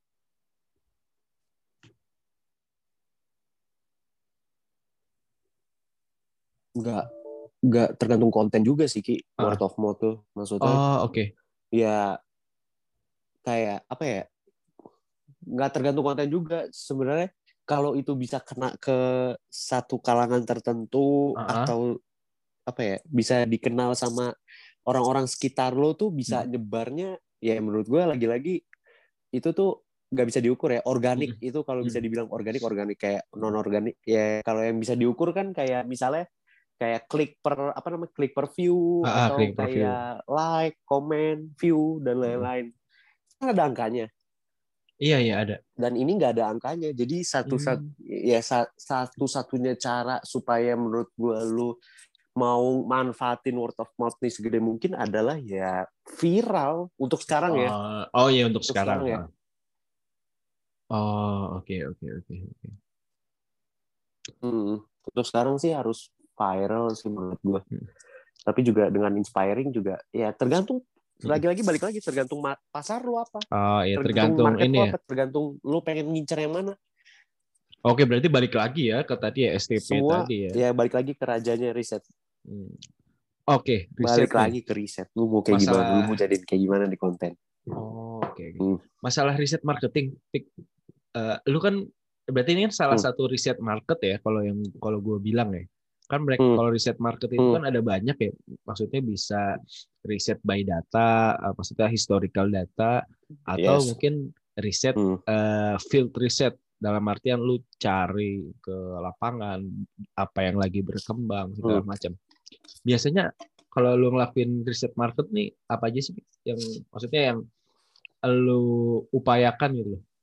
Speaker 2: Nggak nggak tergantung konten juga sih Ki. Word
Speaker 3: Ah.
Speaker 2: of mouth tuh maksudnya
Speaker 3: Oh, oke. Okay.
Speaker 2: ya kayak apa ya? Nggak tergantung konten juga sebenarnya. Kalau itu bisa kena ke satu kalangan tertentu
Speaker 3: Ah,
Speaker 2: atau apa ya bisa dikenal sama orang-orang sekitar lo tuh bisa
Speaker 3: hmm.
Speaker 2: nyebarnya ya menurut gue lagi-lagi itu tuh nggak bisa diukur ya organik
Speaker 3: Hmm.
Speaker 2: itu kalau bisa
Speaker 3: Hmm.
Speaker 2: dibilang organik organik kayak non organik ya kalau yang bisa diukur kan kayak misalnya kayak klik per apa namanya klik per view
Speaker 3: Ah, ah,
Speaker 2: atau
Speaker 3: klik preview.
Speaker 2: kayak like comment view dan
Speaker 3: Hmm.
Speaker 2: lain-lain kan ada angkanya
Speaker 3: Iya, iya ada.
Speaker 2: dan ini nggak ada angkanya jadi satu satu
Speaker 3: Hmm.
Speaker 2: ya satu satunya cara supaya menurut gue lu mau manfaatin word of mouth nih segede mungkin adalah ya viral untuk sekarang ya
Speaker 3: Oh, oh iya untuk
Speaker 2: untuk
Speaker 3: sekarang.
Speaker 2: sekarang ya.
Speaker 3: Ah. Oh, oke, oke, oke, oke.
Speaker 2: Hmm, untuk sekarang sih harus viral sih menurut gue.
Speaker 3: Hmm.
Speaker 2: Tapi juga dengan inspiring juga ya tergantung
Speaker 3: Hmm.
Speaker 2: lagi-lagi balik lagi tergantung pasar lu apa,
Speaker 3: Oh, ya
Speaker 2: tergantung
Speaker 3: tergantung
Speaker 2: market
Speaker 3: ini
Speaker 2: lu
Speaker 3: ya.
Speaker 2: apa, tergantung lu pengen ngincer yang mana.
Speaker 3: Oke, berarti balik lagi ya ke tadi ya S T P
Speaker 2: Semua
Speaker 3: tadi ya.
Speaker 2: ya balik lagi ke rajanya riset.
Speaker 3: Hmm. Oke, riset
Speaker 2: Balik
Speaker 3: nih.
Speaker 2: lagi ke riset. Lu mau kayak gimana? Lu mau
Speaker 3: Masalah.
Speaker 2: jadiin kayak gimana di konten?
Speaker 3: Oh, oke, oke.
Speaker 2: Hmm.
Speaker 3: Masalah riset marketing. Pik. Eh, lu kan berarti ini kan salah
Speaker 2: Hmm.
Speaker 3: satu riset market ya kalau yang kalau gue bilang ya. Kan mereka
Speaker 2: Hmm.
Speaker 3: kalau riset market itu
Speaker 2: Hmm.
Speaker 3: kan ada banyak ya. Maksudnya bisa riset by data, eh, maksudnya historical data atau
Speaker 2: Yes.
Speaker 3: mungkin riset
Speaker 2: Hmm.
Speaker 3: eh, field riset dalam artian lu cari ke lapangan apa yang lagi berkembang segala
Speaker 2: Hmm.
Speaker 3: macam. Biasanya kalau lu ngelakuin riset market nih apa aja sih yang maksudnya yang lu upayakan gitu loh?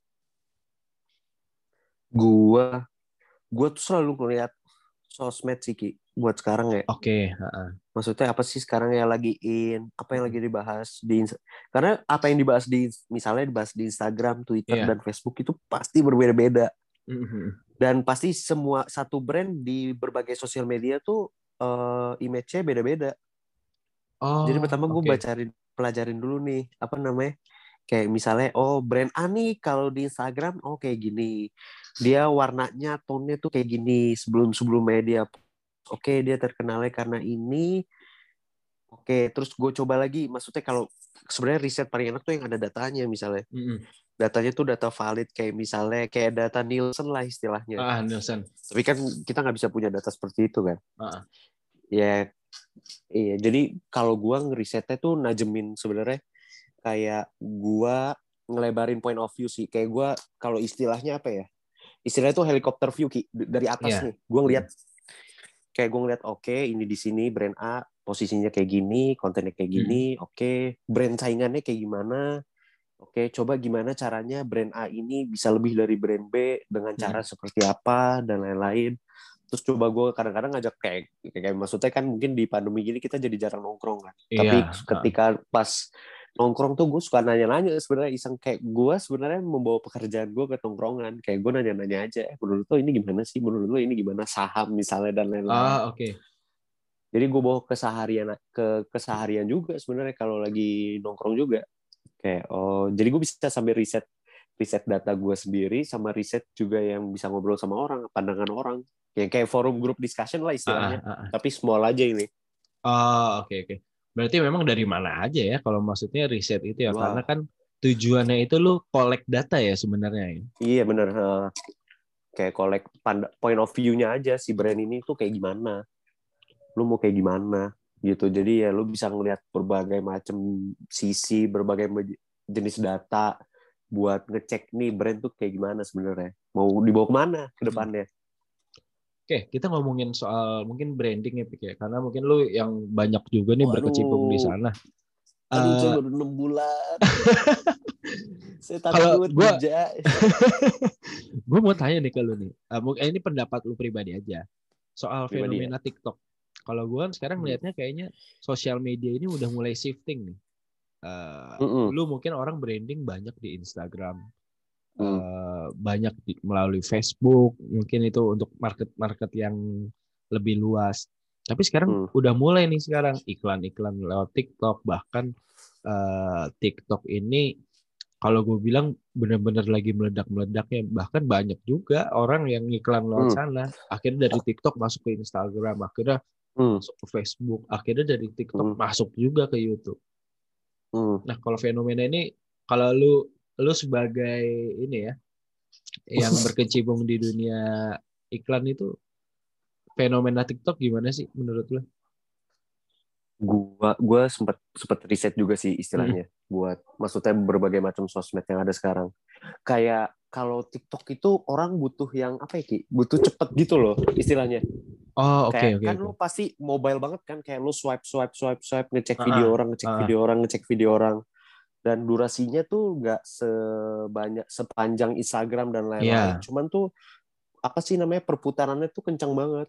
Speaker 2: Gua gua tuh selalu ngeliat sosmed sih Ki buat sekarang ya.
Speaker 3: Oke.
Speaker 2: Maksudnya apa sih sekarang yang lagi in, apa yang lagi dibahas di karena apa yang dibahas di misalnya dibahas di Instagram, Twitter
Speaker 3: Iya.
Speaker 2: dan Facebook itu pasti berbeda-beda.
Speaker 3: Mhm.
Speaker 2: Dan pasti semua satu brand di berbagai sosial media tuh uh, image-nya beda-beda. Jadi
Speaker 3: Oh,
Speaker 2: pertama gue
Speaker 3: oke.
Speaker 2: bacarin pelajarin dulu nih apa namanya kayak misalnya oh brand A nih kalau di Instagram oh kayak gini dia warnanya tone-nya tuh kayak gini sebelum sebelum media oke dia terkenalnya karena ini oke terus gue coba lagi maksudnya kalau sebenarnya riset paling enak tuh yang ada datanya misalnya
Speaker 3: Mhm.
Speaker 2: datanya tuh data valid kayak misalnya kayak data Nielsen lah istilahnya
Speaker 3: Ah, Nielsen.
Speaker 2: tapi kan kita nggak bisa punya data seperti itu kan
Speaker 3: Ah.
Speaker 2: ya iya jadi kalau gue ngerisetnya tuh najemin sebenarnya kayak gua ngelebarin point of view sih kayak gua kalau istilahnya apa ya istilahnya tuh helikopter view Ki dari atas
Speaker 3: Iya.
Speaker 2: nih gua ngeliat
Speaker 3: Mhm.
Speaker 2: kayak gua ngeliat oke okay, ini di sini brand A posisinya kayak gini kontennya kayak
Speaker 3: Mhm.
Speaker 2: gini oke okay, brand saingannya kayak gimana oke okay, coba gimana caranya brand A ini bisa lebih dari brand B dengan cara
Speaker 3: Mhm.
Speaker 2: seperti apa dan lain-lain terus coba gue kadang-kadang ngajak kayak, kayak maksudnya kan mungkin di pandemi gini kita jadi jarang nongkrong kan
Speaker 3: Iya.
Speaker 2: tapi
Speaker 3: Ah.
Speaker 2: ketika pas nongkrong tuh gue suka nanya-nanya sebenarnya iseng, kayak gue sebenarnya membawa pekerjaan gue ke tongkrongan, kayak gue nanya-nanya aja, eh, menurut lo ini gimana sih, menurut lo ini gimana, saham misalnya dan lain-lain.
Speaker 3: Ah, oke. Okay.
Speaker 2: Jadi gue bawa keseharian ke keseharian juga sebenarnya kalau lagi nongkrong juga, kayak oh jadi gue bisa sambil riset riset data gue sendiri sama riset juga yang bisa ngobrol sama orang, pandangan orang, yang kayak forum group discussion lah istilahnya,
Speaker 3: Ah, ah, ah.
Speaker 2: tapi small aja ini.
Speaker 3: Oh, oke okay, oke. Okay. Berarti memang dari mana aja ya kalau maksudnya riset itu ya.
Speaker 2: Wah.
Speaker 3: Karena kan tujuannya itu lu collect data ya sebenarnya ya.
Speaker 2: Iya bener. Uh, kayak collect point of view-nya aja si brand ini tuh kayak gimana. Lu mau kayak gimana gitu. Jadi ya lu bisa ngelihat berbagai macam sisi, berbagai jenis data buat ngecek nih brand tuh kayak gimana sebenarnya. Mau dibawa kemana ke depannya. Hmm.
Speaker 3: Oke, kita ngomongin soal mungkin branding ya, Pik, ya. Karena mungkin lu yang banyak juga nih berkecimpung di sana.
Speaker 2: Aduh, uh, saya baru enam bulan. Saya takut
Speaker 3: gua, gue mau tanya nih ke lu nih. Uh, mungkin ini pendapat lu pribadi aja. Soal pribadi fenomena ya? TikTok. Kalau gue kan sekarang melihatnya kayaknya sosial media ini udah mulai shifting nih. Uh, mm-hmm. Lu mungkin orang branding banyak di Instagram. Hmm. Uh, banyak di, melalui Facebook, mungkin itu untuk market-market yang lebih luas. Tapi sekarang hmm. udah mulai nih sekarang iklan-iklan lewat TikTok, bahkan uh, TikTok ini kalau gue bilang benar-benar lagi meledak-meledaknya, bahkan banyak juga orang yang iklan lewat hmm. sana. Akhirnya dari TikTok masuk ke Instagram, akhirnya hmm. masuk ke Facebook, akhirnya dari TikTok hmm. masuk juga ke YouTube. Hmm. Nah, kalau fenomena ini, kalau lu lu sebagai ini ya yang berkecimpung di dunia iklan itu, fenomena TikTok gimana sih menurut lu?
Speaker 2: Gua gua sempat sempat riset juga sih istilahnya hmm. buat maksudnya berbagai macam sosmed yang ada sekarang. Kayak kalau TikTok itu orang butuh yang apa ya Ki? Butuh cepet gitu loh istilahnya.
Speaker 3: Oh, oke okay,
Speaker 2: oke. Okay, kan okay. Lu pasti mobile banget kan, kayak lu swipe swipe swipe swipe ngecek uh-huh. video orang, ngecek uh-huh. video orang, ngecek video orang. Dan durasinya tuh nggak sebanyak sepanjang Instagram dan lain-lain. Yeah. Cuman tuh apa sih namanya perputarannya tuh kencang banget.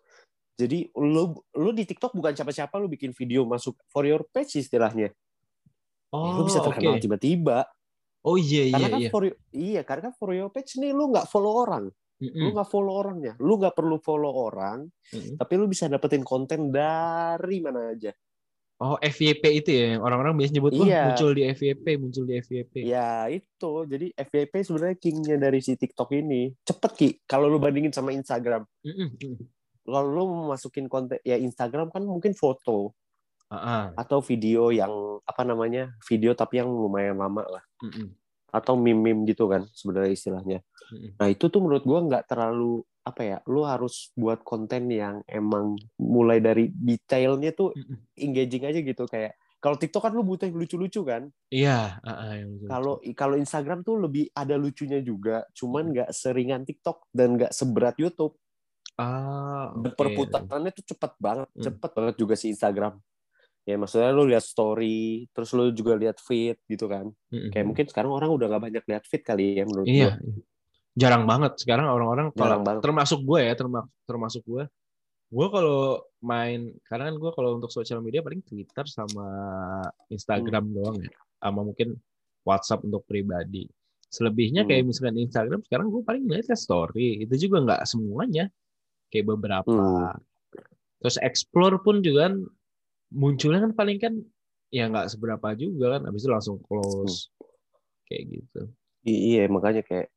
Speaker 2: Jadi lu lu di TikTok bukan siapa-siapa, lu bikin video masuk for your page istilahnya.
Speaker 3: Oh,
Speaker 2: ya, lu bisa terkenal okay. tiba-tiba.
Speaker 3: Oh iya iya
Speaker 2: karena kan
Speaker 3: iya.
Speaker 2: For, iya karena kan for your page nih lu nggak follow orang. Mm-mm. Lu nggak follow orangnya. Lu nggak perlu follow orang. Mm-mm. Tapi lu bisa dapetin konten dari mana aja.
Speaker 3: Oh, F Y P itu ya, orang-orang biasa nyebut, oh iya. muncul di F Y P, muncul di F Y P.
Speaker 2: Ya itu, jadi F Y P sebenarnya kingnya dari si TikTok ini. Cepet Ki, kalau lu bandingin sama Instagram. Mm-mm. Kalau lu masukin konten, ya Instagram kan mungkin foto. Uh-uh. Atau video yang, apa namanya, video tapi yang lumayan lama lah. Mm-mm. Atau meme-meme gitu kan, sebenarnya istilahnya. Mm-mm. Nah itu tuh menurut gua nggak terlalu, apa ya, lu harus buat konten yang emang mulai dari detailnya tuh engaging aja gitu, kayak kalau TikTok kan lu butuh yang lucu-lucu kan.
Speaker 3: Iya.
Speaker 2: Kalau kalau Instagram tuh lebih ada lucunya juga, cuman nggak seringan TikTok dan nggak seberat YouTube.
Speaker 3: Ah. Okay.
Speaker 2: Perputarannya tuh cepet banget, hmm. cepet banget juga si Instagram. Ya maksudnya lu lihat story, terus lu juga lihat feed gitu kan. Mm-hmm. Kayak mungkin sekarang orang udah nggak banyak lihat feed kali ya menurut
Speaker 3: iya.
Speaker 2: gue.
Speaker 3: Jarang banget sekarang orang-orang kalau termasuk gue ya termasuk termasuk gue gue kalau main karena kan gue kalau untuk sosial media paling Twitter sama Instagram hmm. doang ya, sama mungkin WhatsApp untuk pribadi. Selebihnya hmm. kayak misalkan Instagram sekarang gue paling ngeliatnya story, itu juga nggak semuanya, kayak beberapa. Hmm. Terus explore pun juga kan munculnya kan paling kan ya nggak seberapa juga kan, habis itu langsung close hmm. kayak gitu.
Speaker 2: Iya makanya kayak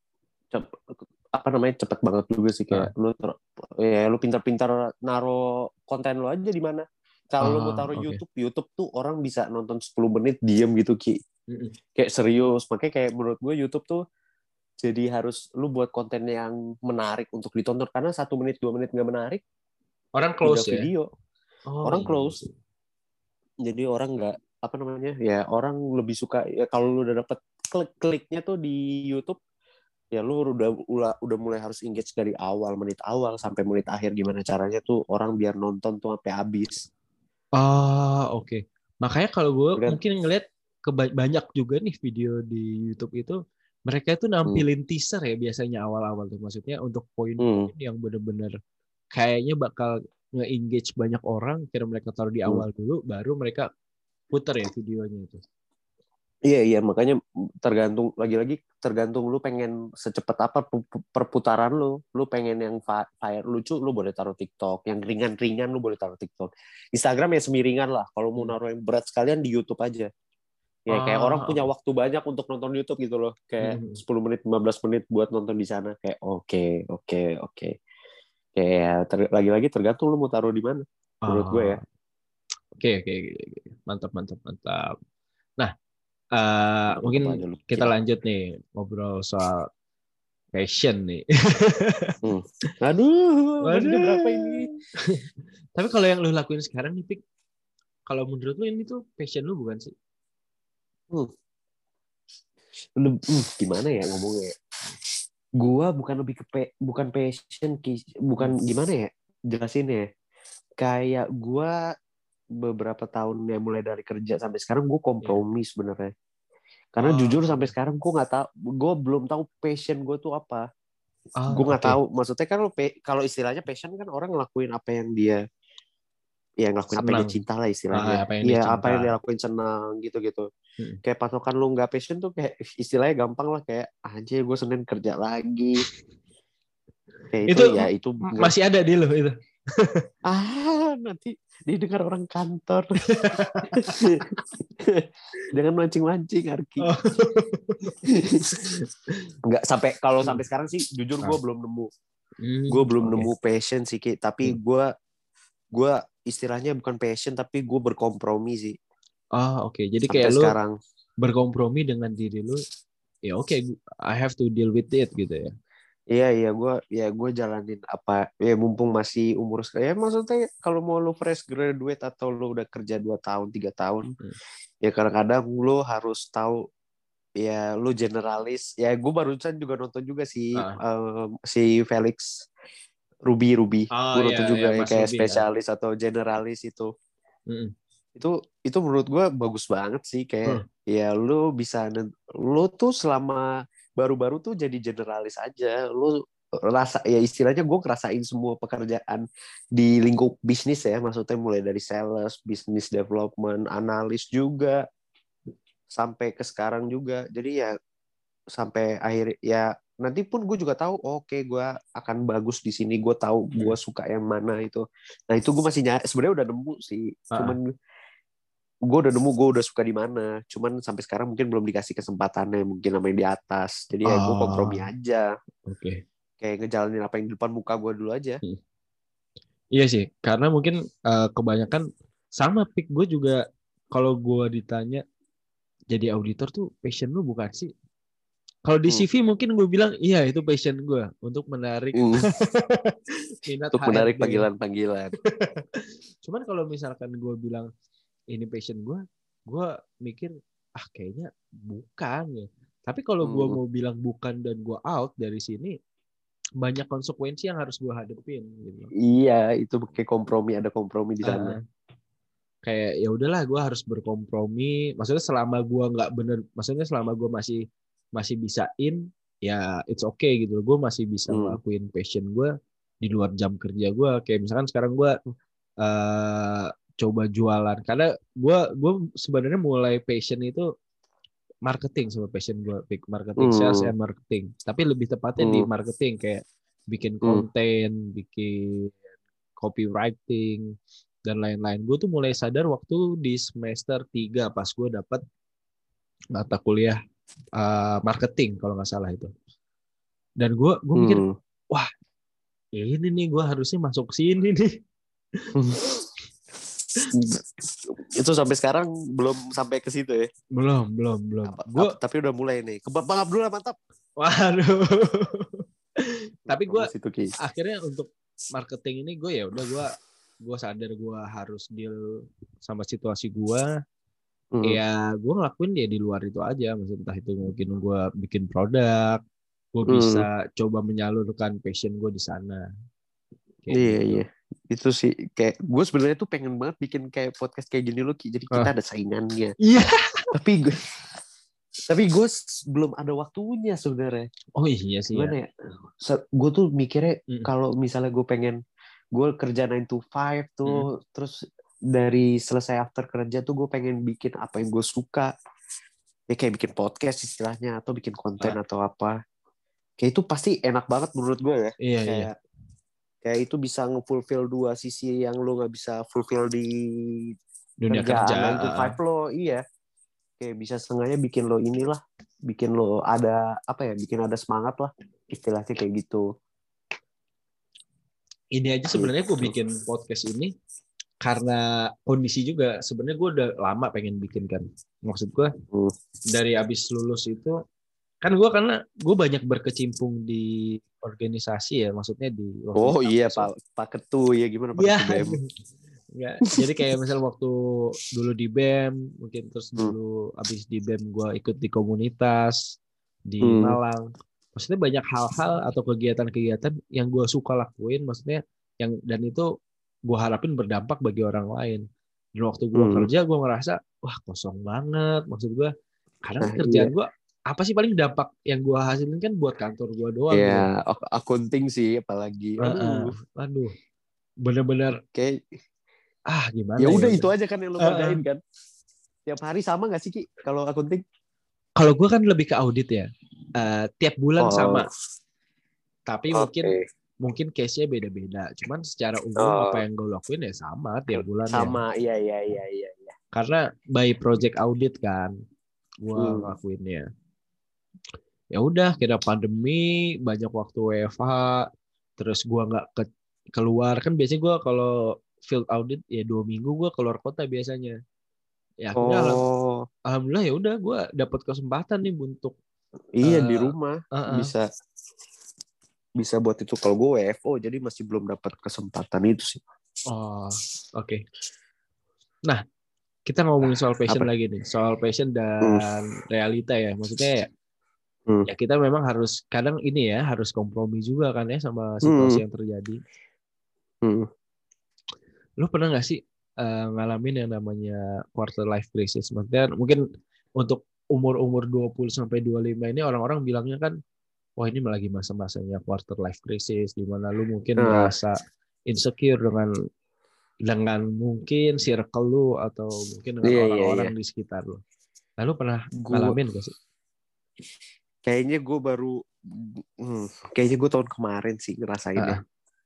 Speaker 2: apa namanya cepet banget juga sih kayak nah. lu ter, ya lu pintar-pintar naro konten lu aja di mana. Kalau oh, lu mau taruh okay. YouTube, YouTube tuh orang bisa nonton sepuluh menit diem gitu Ki. Mm-hmm. Kayak serius, makanya kayak menurut gue YouTube tuh jadi harus lu buat konten yang menarik untuk ditonton, karena satu menit dua menit nggak menarik
Speaker 3: orang close ya.
Speaker 2: Video. Oh, orang iya. close. Jadi orang nggak apa namanya ya orang lebih suka ya kalau lu udah dapet klik-kliknya tuh di YouTube. Ya lu udah, udah udah mulai harus engage dari awal, menit awal sampai menit akhir, gimana caranya tuh orang biar nonton tuh sampai habis.
Speaker 3: Ah, oke. Okay. Makanya kalau gue Udah. mungkin ngeliat keba- banyak juga nih video di YouTube itu mereka itu nampilin hmm. teaser ya biasanya awal-awal tuh, maksudnya untuk poin-poin hmm. yang benar-benar kayaknya bakal nge-engage banyak orang, kira mereka taruh di awal hmm. dulu baru mereka putar ya videonya itu.
Speaker 2: Iya iya makanya tergantung lagi-lagi tergantung lu pengen secepat apa perputaran lu. Lu pengen yang fire lucu lu boleh taruh TikTok, yang ringan-ringan lu boleh taruh TikTok. Instagram ya semiringan lah. Kalau mau
Speaker 3: Hmm.
Speaker 2: naruh yang berat sekalian di YouTube aja. Ya kayak
Speaker 3: Ah,
Speaker 2: orang punya waktu banyak untuk nonton YouTube gitu loh. Kayak
Speaker 3: hmm.
Speaker 2: sepuluh menit lima belas menit buat nonton di sana kayak oke, okay, oke, okay, oke. Okay. Kayak ter- lagi-lagi tergantung lu mau taruh di mana. Menurut gue ya.
Speaker 3: Oke, oke, oke. Mantap, mantap, mantap. Nah, Uh,
Speaker 2: Mantap
Speaker 3: mungkin
Speaker 2: aja lu,
Speaker 3: kita
Speaker 2: gila.
Speaker 3: lanjut nih ngobrol soal passion nih.
Speaker 2: Hmm. Aduh, menitnya
Speaker 3: Waduh.
Speaker 2: berapa ini?
Speaker 3: Tapi kalau yang lu lakuin sekarang nih, Pik, kalau menurut lu ini tuh passion lu bukan sih?
Speaker 2: Hmm. Lu, hmm, gimana ya ngomongnya? Gua bukan lebih ke pe, bukan passion, bukan gimana ya jelasin ya. Kayak gua beberapa tahun ya mulai dari kerja sampai sekarang gue kompromi yeah. sebenarnya. Karena oh. jujur sampai sekarang gue nggak tahu, gue belum tahu passion gue tuh apa. Oh, gue nggak okay. tahu. Maksudnya kan kalau istilahnya passion kan orang ngelakuin apa yang dia, ya ngelakuin senang. Apa yang dia cinta lah istilahnya. Iya ah, apa yang dia lakuin senang gitu-gitu. Hmm. Kayak patokan lu nggak passion tuh kayak istilahnya gampang lah kayak anjir gue Senin kerja lagi. Kayak itu, itu ya itu
Speaker 3: masih ada di lo itu.
Speaker 2: ah nanti didengar orang kantor. Jangan mancing-mancing Arki. Oh. Enggak sampai kalau hmm. sampai sekarang sih jujur gue ah. belum nemu. Hmm, gue belum okay. nemu passion sih Ki. Tapi gue hmm. gue istilahnya bukan passion tapi gue berkompromi sih.
Speaker 3: Oh oke. Okay. Jadi sampai kayak sekarang lu berkompromi dengan diri lu. Ya oke, okay, I have to deal with it gitu ya.
Speaker 2: Iya iya gue ya gue jalanin apa ya mumpung masih umur ya maksudnya kalau mau lu fresh graduate atau lu udah kerja dua tahun tiga tahun hmm. ya kadang-kadang lu harus tahu ya lu generalis ya gue barusan juga nonton juga si ah. um, si Felix Ruby Ruby oh, gue nonton iya, juga iya, ya kayak Ruby, spesialis ya. Atau generalis itu hmm. itu itu menurut gue bagus banget sih kayak hmm. ya lu bisa lu tuh selama baru-baru tuh jadi generalis aja. Lu rasa ya istilahnya gue ngerasain semua pekerjaan di lingkup bisnis ya. Maksudnya mulai dari sales, business development, analis juga sampai ke sekarang juga. Jadi ya sampai akhir ya nanti pun gue juga tahu oke okay, gue akan bagus di sini. Gue tahu gue suka yang mana itu. Nah itu gue masih nyari sebenarnya udah nemu sih. Cuman uh-huh. gue udah nemu gue udah suka di mana cuman sampai sekarang mungkin belum dikasih kesempatannya mungkin sama yang di atas jadi ya gue kompromi aja
Speaker 3: oke okay.
Speaker 2: kayak ngejalanin apa yang di depan muka gue dulu aja
Speaker 3: hmm. Iya sih karena mungkin uh, kebanyakan sama Pik gue juga kalau gue ditanya jadi auditor tuh passion lu bukan sih kalau di C V hmm. mungkin gue bilang iya itu passion gue untuk menarik
Speaker 2: hmm.
Speaker 3: minat
Speaker 2: untuk menarik panggilan-panggilan
Speaker 3: cuman kalau misalkan gue bilang ini passion gue, gue mikir ah kayaknya bukan ya. Tapi kalau gue hmm. mau bilang bukan dan gue out dari sini, banyak konsekuensi yang harus gue hadepin. Gitu.
Speaker 2: Iya, itu kayak kompromi ada kompromi di sana. Uh,
Speaker 3: kayak ya udahlah, gue harus berkompromi. Maksudnya selama gue nggak bener, maksudnya selama gue masih masih bisa in, ya it's okay gitu. Gue masih bisa hmm. ngelakuin passion gue di luar jam kerja gue. Kayak misalkan sekarang gue uh, coba jualan karena gue gue sebenarnya mulai passion itu marketing sama passion gue marketing mm. sales and marketing tapi lebih tepatnya mm. di marketing kayak bikin konten mm. bikin copywriting dan lain-lain gue tuh mulai sadar waktu di semester tiga pas gue dapat mata kuliah uh, marketing kalau nggak salah itu dan gue gue mikir mm. wah ini nih gue harusnya masuk sini nih
Speaker 2: itu sampai sekarang belum sampai ke situ ya
Speaker 3: belum belum belum
Speaker 2: gue tapi udah mulai nih ke Bang Abdullah mantap
Speaker 3: waduh tapi gue akhirnya untuk marketing ini gue ya udah gue gue sadar gue harus deal sama situasi gue hmm. ya gue ngelakuin ya di luar itu aja maksudnya entah itu mungkin gue bikin produk gue hmm. bisa coba menyalurkan passion gue di sana
Speaker 2: kayak iya gitu. Iya itu sih kayak gue sebenarnya tuh pengen banget bikin kayak podcast kayak gini loh jadi kita uh. ada saingannya
Speaker 3: iya
Speaker 2: tapi gue tapi gue belum ada waktunya sebenarnya
Speaker 3: oh iya sih
Speaker 2: gimana ya, ya? Gue tuh mikirnya mm. kalau misalnya gue pengen gue kerja nine to five tuh mm. terus dari selesai after kerja tuh gue pengen bikin apa yang gue suka ya kayak bikin podcast istilahnya atau bikin konten
Speaker 3: Ah.
Speaker 2: atau apa. Kayak itu pasti enak banget menurut gue ya.
Speaker 3: Iya,
Speaker 2: kayak
Speaker 3: iya.
Speaker 2: kayak itu bisa nge-fulfill dua sisi yang lu nggak bisa fulfill di
Speaker 3: Dunia
Speaker 2: kerjaan
Speaker 3: kerja.
Speaker 2: nine to
Speaker 3: ah, ah.
Speaker 2: five lo. Iya, kayak bisa setengahnya bikin lo inilah, bikin lo ada apa ya, bikin ada semangat lah istilahnya kayak gitu.
Speaker 3: Ini aja sebenarnya gue
Speaker 2: Gitu.
Speaker 3: bikin podcast ini karena kondisi juga. Sebenarnya gue udah lama pengen bikin kan. Maksud gue
Speaker 2: Hmm.
Speaker 3: dari abis lulus itu kan gue karena gue banyak berkecimpung di organisasi ya, maksudnya di waktu
Speaker 2: Oh
Speaker 3: di
Speaker 2: iya
Speaker 3: kampus ya.
Speaker 2: Pak Pak Ketu ya, gimana Pak
Speaker 3: Iya.
Speaker 2: Ketu B M?
Speaker 3: Enggak. Jadi kayak misal waktu dulu di B E M, mungkin terus
Speaker 2: Hmm.
Speaker 3: dulu abis di B E M gue ikut di komunitas di
Speaker 2: Hmm.
Speaker 3: Malang. Maksudnya banyak hal-hal atau kegiatan-kegiatan yang gue suka lakuin, maksudnya yang dan itu gue harapin berdampak bagi orang lain. Dan waktu gue
Speaker 2: Hmm.
Speaker 3: kerja gue ngerasa wah kosong banget. Maksud gue kadang
Speaker 2: Nah,
Speaker 3: kerjaan
Speaker 2: iya.
Speaker 3: gue apa sih paling dampak yang gue hasilin kan buat kantor gue doang gitu.
Speaker 2: Ya, ak- akunting sih apalagi.
Speaker 3: Heeh.
Speaker 2: Aduh,
Speaker 3: Aduh, bener-bener
Speaker 2: kayak
Speaker 3: ah gimana
Speaker 2: ya
Speaker 3: ya
Speaker 2: udah
Speaker 3: udah.
Speaker 2: itu aja kan yang lu
Speaker 3: Heeh.
Speaker 2: kerjain kan. Tiap hari sama nggak sih Ki kalau akunting?
Speaker 3: Kalau gue kan lebih ke audit ya. Eh, tiap bulan
Speaker 2: Oh,
Speaker 3: sama, tapi
Speaker 2: oke.
Speaker 3: mungkin mungkin case-nya beda-beda. Cuman secara umum
Speaker 2: Oh,
Speaker 3: apa yang gue lakuin ya sama tiap bulan ya.
Speaker 2: sama, iya iya iya iya. iya.
Speaker 3: Karena by project audit kan gue
Speaker 2: Hmm.
Speaker 3: ngelakuinnya. Ya udah kira pandemi banyak waktu W F H, terus gue nggak ke keluar kan biasanya gue kalau field audit ya dua minggu gue keluar kota biasanya. Ya akhirnya alham-
Speaker 2: Oh,
Speaker 3: alhamdulillah ya udah gue dapat kesempatan nih untuk
Speaker 2: iya di
Speaker 3: eh,
Speaker 2: rumah
Speaker 3: uh, uh,
Speaker 2: bisa bisa buat itu. Kalau gue W F O jadi masih belum dapat kesempatan itu sih.
Speaker 3: oh oke. Nah kita ngomongin soal passion
Speaker 2: Apa?
Speaker 3: lagi nih, soal passion
Speaker 2: Hmm.
Speaker 3: dan realita ya. Maksudnya ya,
Speaker 2: Hmm.
Speaker 3: ya kita memang harus kadang ini ya harus kompromi juga kan ya sama situasi
Speaker 2: Hmm.
Speaker 3: yang terjadi.
Speaker 2: Hmm.
Speaker 3: Lu pernah nggak sih uh, ngalamin yang namanya quarter life crisis? Maksudnya mungkin untuk umur-umur dua puluh sampai dua puluh lima ini orang-orang bilangnya kan, wah ini lagi masa-masanya quarter life crisis di mana lu mungkin
Speaker 2: Nah,
Speaker 3: ngerasa insecure dengan dengan mungkin circle lu atau mungkin dengan
Speaker 2: iya iya iya.
Speaker 3: orang-orang di sekitar lu. Lalu pernah
Speaker 2: Gue
Speaker 3: ngalamin gak sih?
Speaker 2: kayaknya gue baru hmm, kayaknya gue tahun kemarin sih ngerasainnya.
Speaker 3: Ah,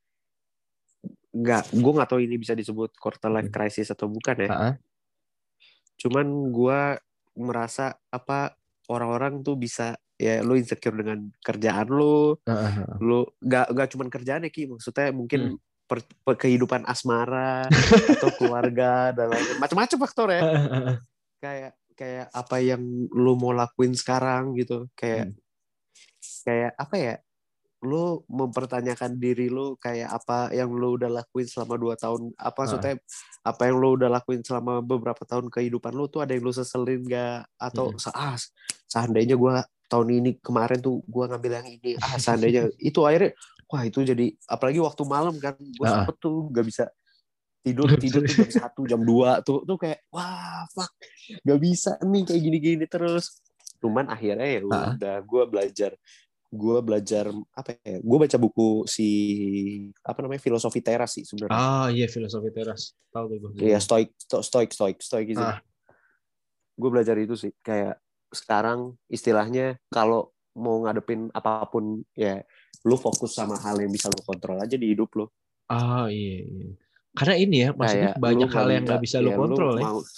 Speaker 2: Nggak, gue nggak tahu ini bisa disebut quarter life
Speaker 3: Hmm.
Speaker 2: crisis atau bukan ya.
Speaker 3: ah, ah.
Speaker 2: Cuman gue merasa apa orang-orang tuh bisa ya lu insecure dengan kerjaan lu,
Speaker 3: Ah, ah, ah.
Speaker 2: lu nggak nggak cuman kerjaan ya Ki, maksudnya mungkin
Speaker 3: Hmm.
Speaker 2: per, per- kehidupan asmara atau keluarga dan lain macam-macam faktor ya.
Speaker 3: Ah, ah, ah.
Speaker 2: Kayak kayak apa yang lu mau lakuin sekarang gitu, kayak
Speaker 3: Hmm.
Speaker 2: kayak apa ya, lu mempertanyakan diri lu kayak apa yang lu udah lakuin selama dua tahun, apa
Speaker 3: Ah.
Speaker 2: maksudnya apa yang lu udah lakuin selama beberapa tahun kehidupan lu tuh ada yang lu seselin gak, atau
Speaker 3: Hmm.
Speaker 2: se- ah seandainya gue tahun ini kemarin tuh gue ngambil yang ini, ah seandainya itu akhirnya wah itu jadi apalagi waktu malam kan gue
Speaker 3: Ah, ah.
Speaker 2: sempet tuh gak bisa tidur tidur tuh jam satu jam dua tuh tuh kayak wah fuck gak bisa nih kayak gini-gini terus. Cuman akhirnya ya
Speaker 3: Ah.
Speaker 2: udah gue belajar gue belajar apa ya, gue baca buku si apa namanya filosofi teras sih sebenarnya.
Speaker 3: Ah iya filosofi teras, tahu tuh gue.
Speaker 2: Iya stoik sto- stoik stoik stoikism.
Speaker 3: Ah.
Speaker 2: Gue belajar itu sih, kayak sekarang istilahnya kalau mau ngadepin apapun ya lu fokus sama hal yang bisa lu kontrol aja di hidup lu.
Speaker 3: Ah iya, iya. Karena ini ya maksudnya
Speaker 2: Kayak
Speaker 3: banyak
Speaker 2: lu
Speaker 3: hal yang nggak bisa lu
Speaker 2: ya,
Speaker 3: kontrol
Speaker 2: lu
Speaker 3: ya.
Speaker 2: mau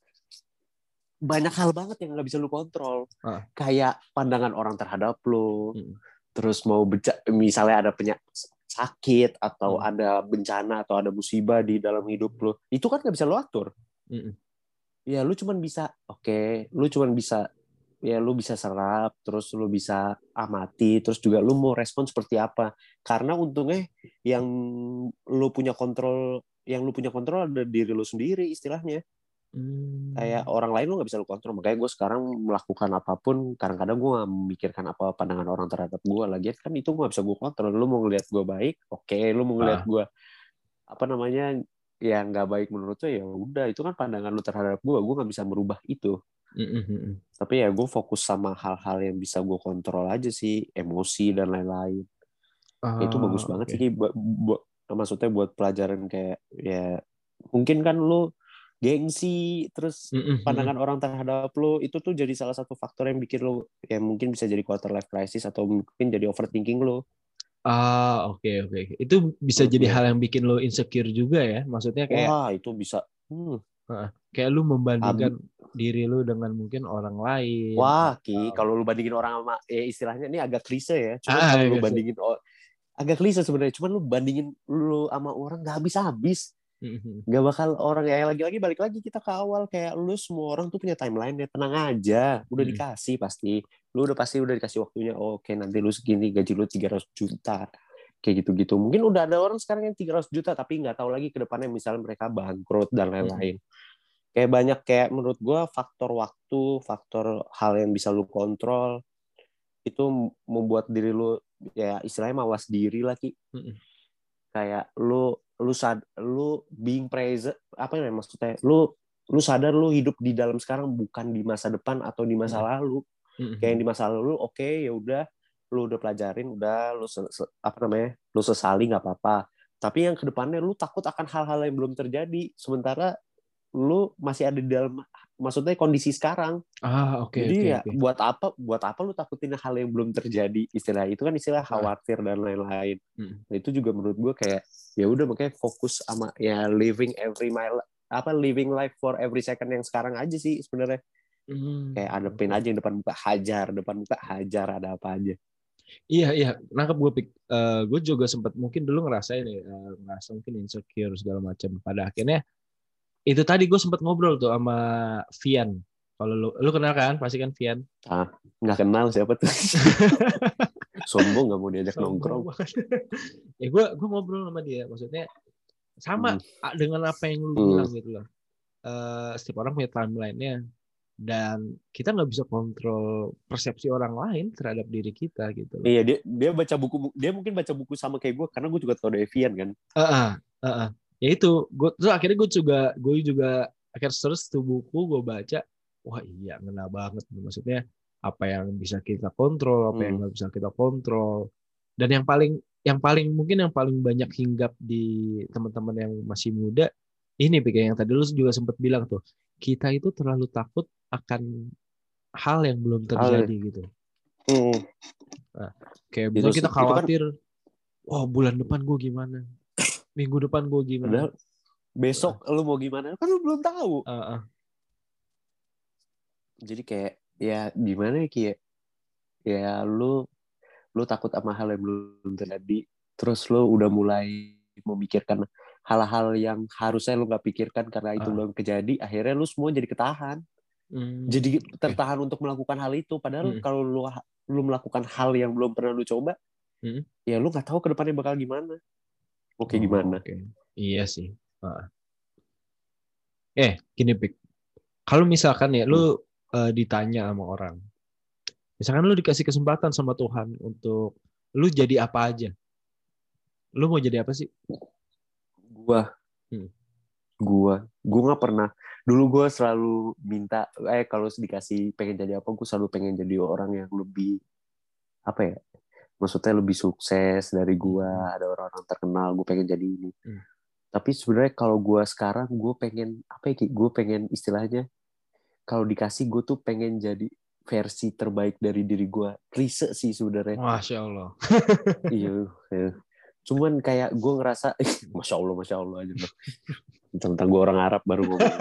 Speaker 2: banyak hal banget yang nggak bisa lu kontrol.
Speaker 3: Ah.
Speaker 2: Kayak pandangan orang terhadap lu.
Speaker 3: Hmm.
Speaker 2: Terus mau beca- misalnya ada penyakit sakit atau
Speaker 3: Hmm.
Speaker 2: ada bencana atau ada musibah di dalam hidup lu, itu kan nggak bisa lu atur.
Speaker 3: Hmm.
Speaker 2: Ya lu cuman bisa oke, okay, lu cuman bisa ya lu bisa serap, terus lu bisa amati, terus juga lu mau respon seperti apa. Karena untungnya yang lu punya kontrol, yang lu punya kontrol ada diri lu sendiri istilahnya.
Speaker 3: Hmm.
Speaker 2: Kayak orang lain lu nggak bisa lu kontrol. Makanya gue sekarang melakukan apapun, kadang-kadang gue nggak memikirkan apa pandangan orang terhadap gue. Lagian kan itu gue nggak bisa gue kontrol. Lu mau ngeliat gue baik, oke. Okay. Lu mau ngeliat
Speaker 3: Ah.
Speaker 2: gue apa namanya ya nggak baik menurut lu, ya udah itu kan pandangan lu terhadap gue. Gue nggak bisa merubah itu.
Speaker 3: Hmm.
Speaker 2: Tapi ya gue fokus sama hal-hal yang bisa gue kontrol aja sih, emosi dan lain-lain.
Speaker 3: Ah,
Speaker 2: Itu bagus banget
Speaker 3: okay.
Speaker 2: sih, bu- bu- maksudnya buat pelajaran kayak ya mungkin kan lu gengsi, terus
Speaker 3: Mm-mm.
Speaker 2: pandangan orang terhadap lo, itu tuh jadi salah satu faktor yang bikin lo ya mungkin bisa jadi quarter life crisis atau mungkin jadi overthinking lo.
Speaker 3: Ah, oke oke. Itu bisa
Speaker 2: Menurut
Speaker 3: jadi
Speaker 2: gue,
Speaker 3: hal yang bikin lo insecure juga ya. Maksudnya kayak
Speaker 2: wah itu bisa. Hmm,
Speaker 3: Heeh. Kayak lu
Speaker 2: abi,
Speaker 3: membandingkan diri lu dengan mungkin orang lain
Speaker 2: wah Ki,
Speaker 3: atau
Speaker 2: kalau lu bandingin orang sama, ya istilahnya ini agak klise ya. Cuman
Speaker 3: ah
Speaker 2: kalau lu
Speaker 3: gitu sih.
Speaker 2: bandingin, oh, agak klise sebenarnya. Cuman lu bandingin lu sama orang nggak habis-habis.
Speaker 3: Mhm.
Speaker 2: Gak bakal orang ya lagi-lagi balik lagi kita ke awal kayak lu semua orang tuh punya timeline ya tenang aja udah
Speaker 3: Mhm.
Speaker 2: dikasih pasti lu udah pasti udah dikasih waktunya oh, oke nanti lu segini gaji lu tiga ratus juta kayak gitu-gitu mungkin udah ada orang sekarang yang tiga ratus juta tapi nggak tahu lagi ke depannya misalnya mereka bangkrut dan
Speaker 3: Mhm.
Speaker 2: lain-lain kayak banyak kayak menurut gua faktor waktu faktor hal yang bisa lu kontrol itu membuat diri lu ya istilahnya mawas diri lagi
Speaker 3: Mhm.
Speaker 2: kayak lu lu sad lu being present apa ya maksudnya lu lu sadar lu hidup di dalam sekarang bukan di masa depan atau di masa
Speaker 3: Mhm.
Speaker 2: lalu kayak yang
Speaker 3: Mhm.
Speaker 2: di masa lalu oke okay, ya udah lu udah pelajarin udah lu se, se, apa namanya lu sesali nggak apa-apa tapi yang kedepannya lu takut akan hal-hal yang belum terjadi sementara lu masih ada di dalam maksudnya kondisi sekarang
Speaker 3: Ah, oke
Speaker 2: jadi
Speaker 3: oke
Speaker 2: ya
Speaker 3: oke.
Speaker 2: buat apa buat apa lu takutin hal yang belum terjadi istilah itu kan istilah
Speaker 3: Ah.
Speaker 2: khawatir dan lain-lain.
Speaker 3: Mhm.
Speaker 2: Nah, itu juga menurut gue kayak ya udah makanya fokus sama ya living every mile apa living life for every second yang sekarang aja sih sebenarnya
Speaker 3: Hmm,
Speaker 2: kayak adepin
Speaker 3: oke.
Speaker 2: aja yang depan muka hajar depan muka hajar ada apa aja.
Speaker 3: Iya iya, nangkep gue pik. Eh, gue juga sempat mungkin dulu ngerasain ya, eh, ngerasa mungkin insecure segala macam. Pada akhirnya itu tadi gue sempat ngobrol tuh sama Vian. Kalau lu, lu kenal kan? Pasti kan Vian.
Speaker 2: Ah, nggak kenal siapa tuh. Sombong nggak mau diajak
Speaker 3: Sombong
Speaker 2: nongkrong.
Speaker 3: banget. Ya gue gue ngobrol sama dia. Maksudnya sama
Speaker 2: Hmm.
Speaker 3: ah, dengan apa yang lu
Speaker 2: Hmm.
Speaker 3: bilang gitu loh. Eh, setiap orang punya timeline-nya dan kita nggak bisa kontrol persepsi orang lain terhadap diri kita gitu loh.
Speaker 2: Iya dia dia baca buku dia mungkin baca buku sama kayak gue karena gue juga tau Devian kan.
Speaker 3: Heeh, heeh. Ya itu, gue terus akhirnya gue juga gue juga akhirnya search tuh buku gue baca, wah iya ngena banget maksudnya apa yang bisa kita kontrol, apa yang
Speaker 2: Hmm.
Speaker 3: nggak bisa kita kontrol, dan yang paling yang paling mungkin yang paling banyak hinggap di teman-teman yang masih muda ini pikir yang tadi lu juga sempat bilang tuh kita itu terlalu takut akan hal yang belum
Speaker 2: Hal,
Speaker 3: terjadi gitu.
Speaker 2: hmm.
Speaker 3: Nah, kayak
Speaker 2: Itu
Speaker 3: misalnya
Speaker 2: sih
Speaker 3: kita
Speaker 2: itu kan
Speaker 3: khawatir, wah bulan depan gue gimana, minggu depan gue gimana.
Speaker 2: padahal besok lu mau gimana kan lu belum tahu.
Speaker 3: Uh, uh.
Speaker 2: Jadi kayak ya gimana ya kayak ya lu lu takut sama hal yang belum terjadi terus lu udah mulai memikirkan hal-hal yang harusnya lu nggak pikirkan karena itu
Speaker 3: uh.
Speaker 2: belum kejadi akhirnya lu semua jadi ketahan
Speaker 3: Hmm,
Speaker 2: jadi
Speaker 3: okay.
Speaker 2: tertahan untuk melakukan hal itu padahal
Speaker 3: Hmm.
Speaker 2: kalau lu lu melakukan hal yang belum pernah lu coba
Speaker 3: Hmm.
Speaker 2: ya lu nggak tahu ke depannya bakal gimana oke
Speaker 3: Oh,
Speaker 2: gimana
Speaker 3: oke. Okay. Iya sih. Uh. Eh, gini Pik. Kalau misalkan ya
Speaker 2: hmm.
Speaker 3: lu uh, ditanya sama orang, misalkan lu dikasih kesempatan sama Tuhan untuk lu jadi apa aja, lu mau jadi apa sih?
Speaker 2: gua
Speaker 3: Hmm.
Speaker 2: gua gua nggak pernah dulu gua selalu minta eh kalau dikasih pengen jadi apa gua selalu pengen jadi orang yang lebih apa ya maksudnya lebih sukses dari gua
Speaker 3: Hmm.
Speaker 2: ada orang-orang terkenal gua pengen jadi ini
Speaker 3: Hmm.
Speaker 2: tapi sebenarnya kalau gua sekarang gua pengen apa ya gua pengen istilahnya kalau dikasih gua tuh pengen jadi versi terbaik dari diri gua klise sih sebenarnya
Speaker 3: Masya Allah.
Speaker 2: iya ya. Cuman kayak gua ngerasa masya Allah masya Allah aja loh tentang gua orang Arab baru ngomong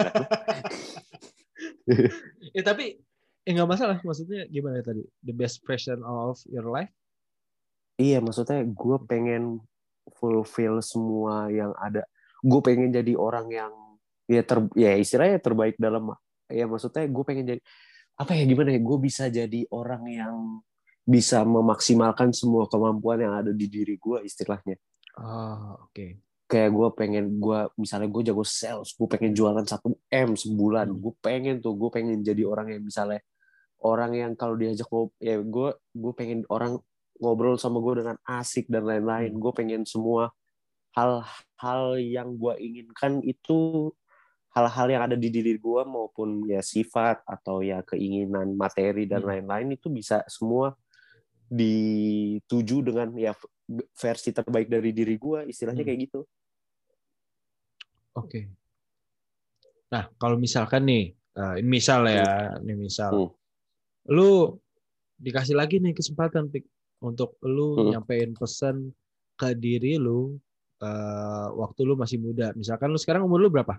Speaker 3: Ya tapi eh nggak masalah. Maksudnya gimana tadi? The best version of your life?
Speaker 2: iya maksudnya gue pengen fulfill semua yang ada gue pengen jadi orang yang ya ter ya istilahnya terbaik dalam ya maksudnya gue pengen jadi apa ya gimana ya gue bisa jadi orang yang bisa memaksimalkan semua kemampuan yang ada di diri gue istilahnya
Speaker 3: Oh, oke. Okay.
Speaker 2: kayak gue pengen gue misalnya gue jago sales gue pengen jualan satu M sebulan
Speaker 3: Hmm.
Speaker 2: gue pengen tuh gue pengen jadi orang yang misalnya orang yang kalau diajak ngob ya gue gue pengen orang ngobrol sama gue dengan asik dan lain-lain
Speaker 3: Hmm.
Speaker 2: gue pengen semua hal-hal yang gue inginkan itu hal-hal yang ada di diri gue maupun ya sifat atau ya keinginan materi dan
Speaker 3: Hmm.
Speaker 2: lain-lain itu bisa semua dituju dengan ya versi terbaik dari diri gue istilahnya
Speaker 3: Hmm.
Speaker 2: kayak gitu.
Speaker 3: Oke. Okay. Nah, kalau misalkan nih, uh, misal
Speaker 2: Hmm.
Speaker 3: ya, ini misal,
Speaker 2: Hmm.
Speaker 3: lu dikasih lagi nih kesempatan Pik, untuk lu
Speaker 2: Hmm.
Speaker 3: nyampein pesan ke diri lu uh, waktu lu masih muda. Misalkan lu sekarang umur lu berapa?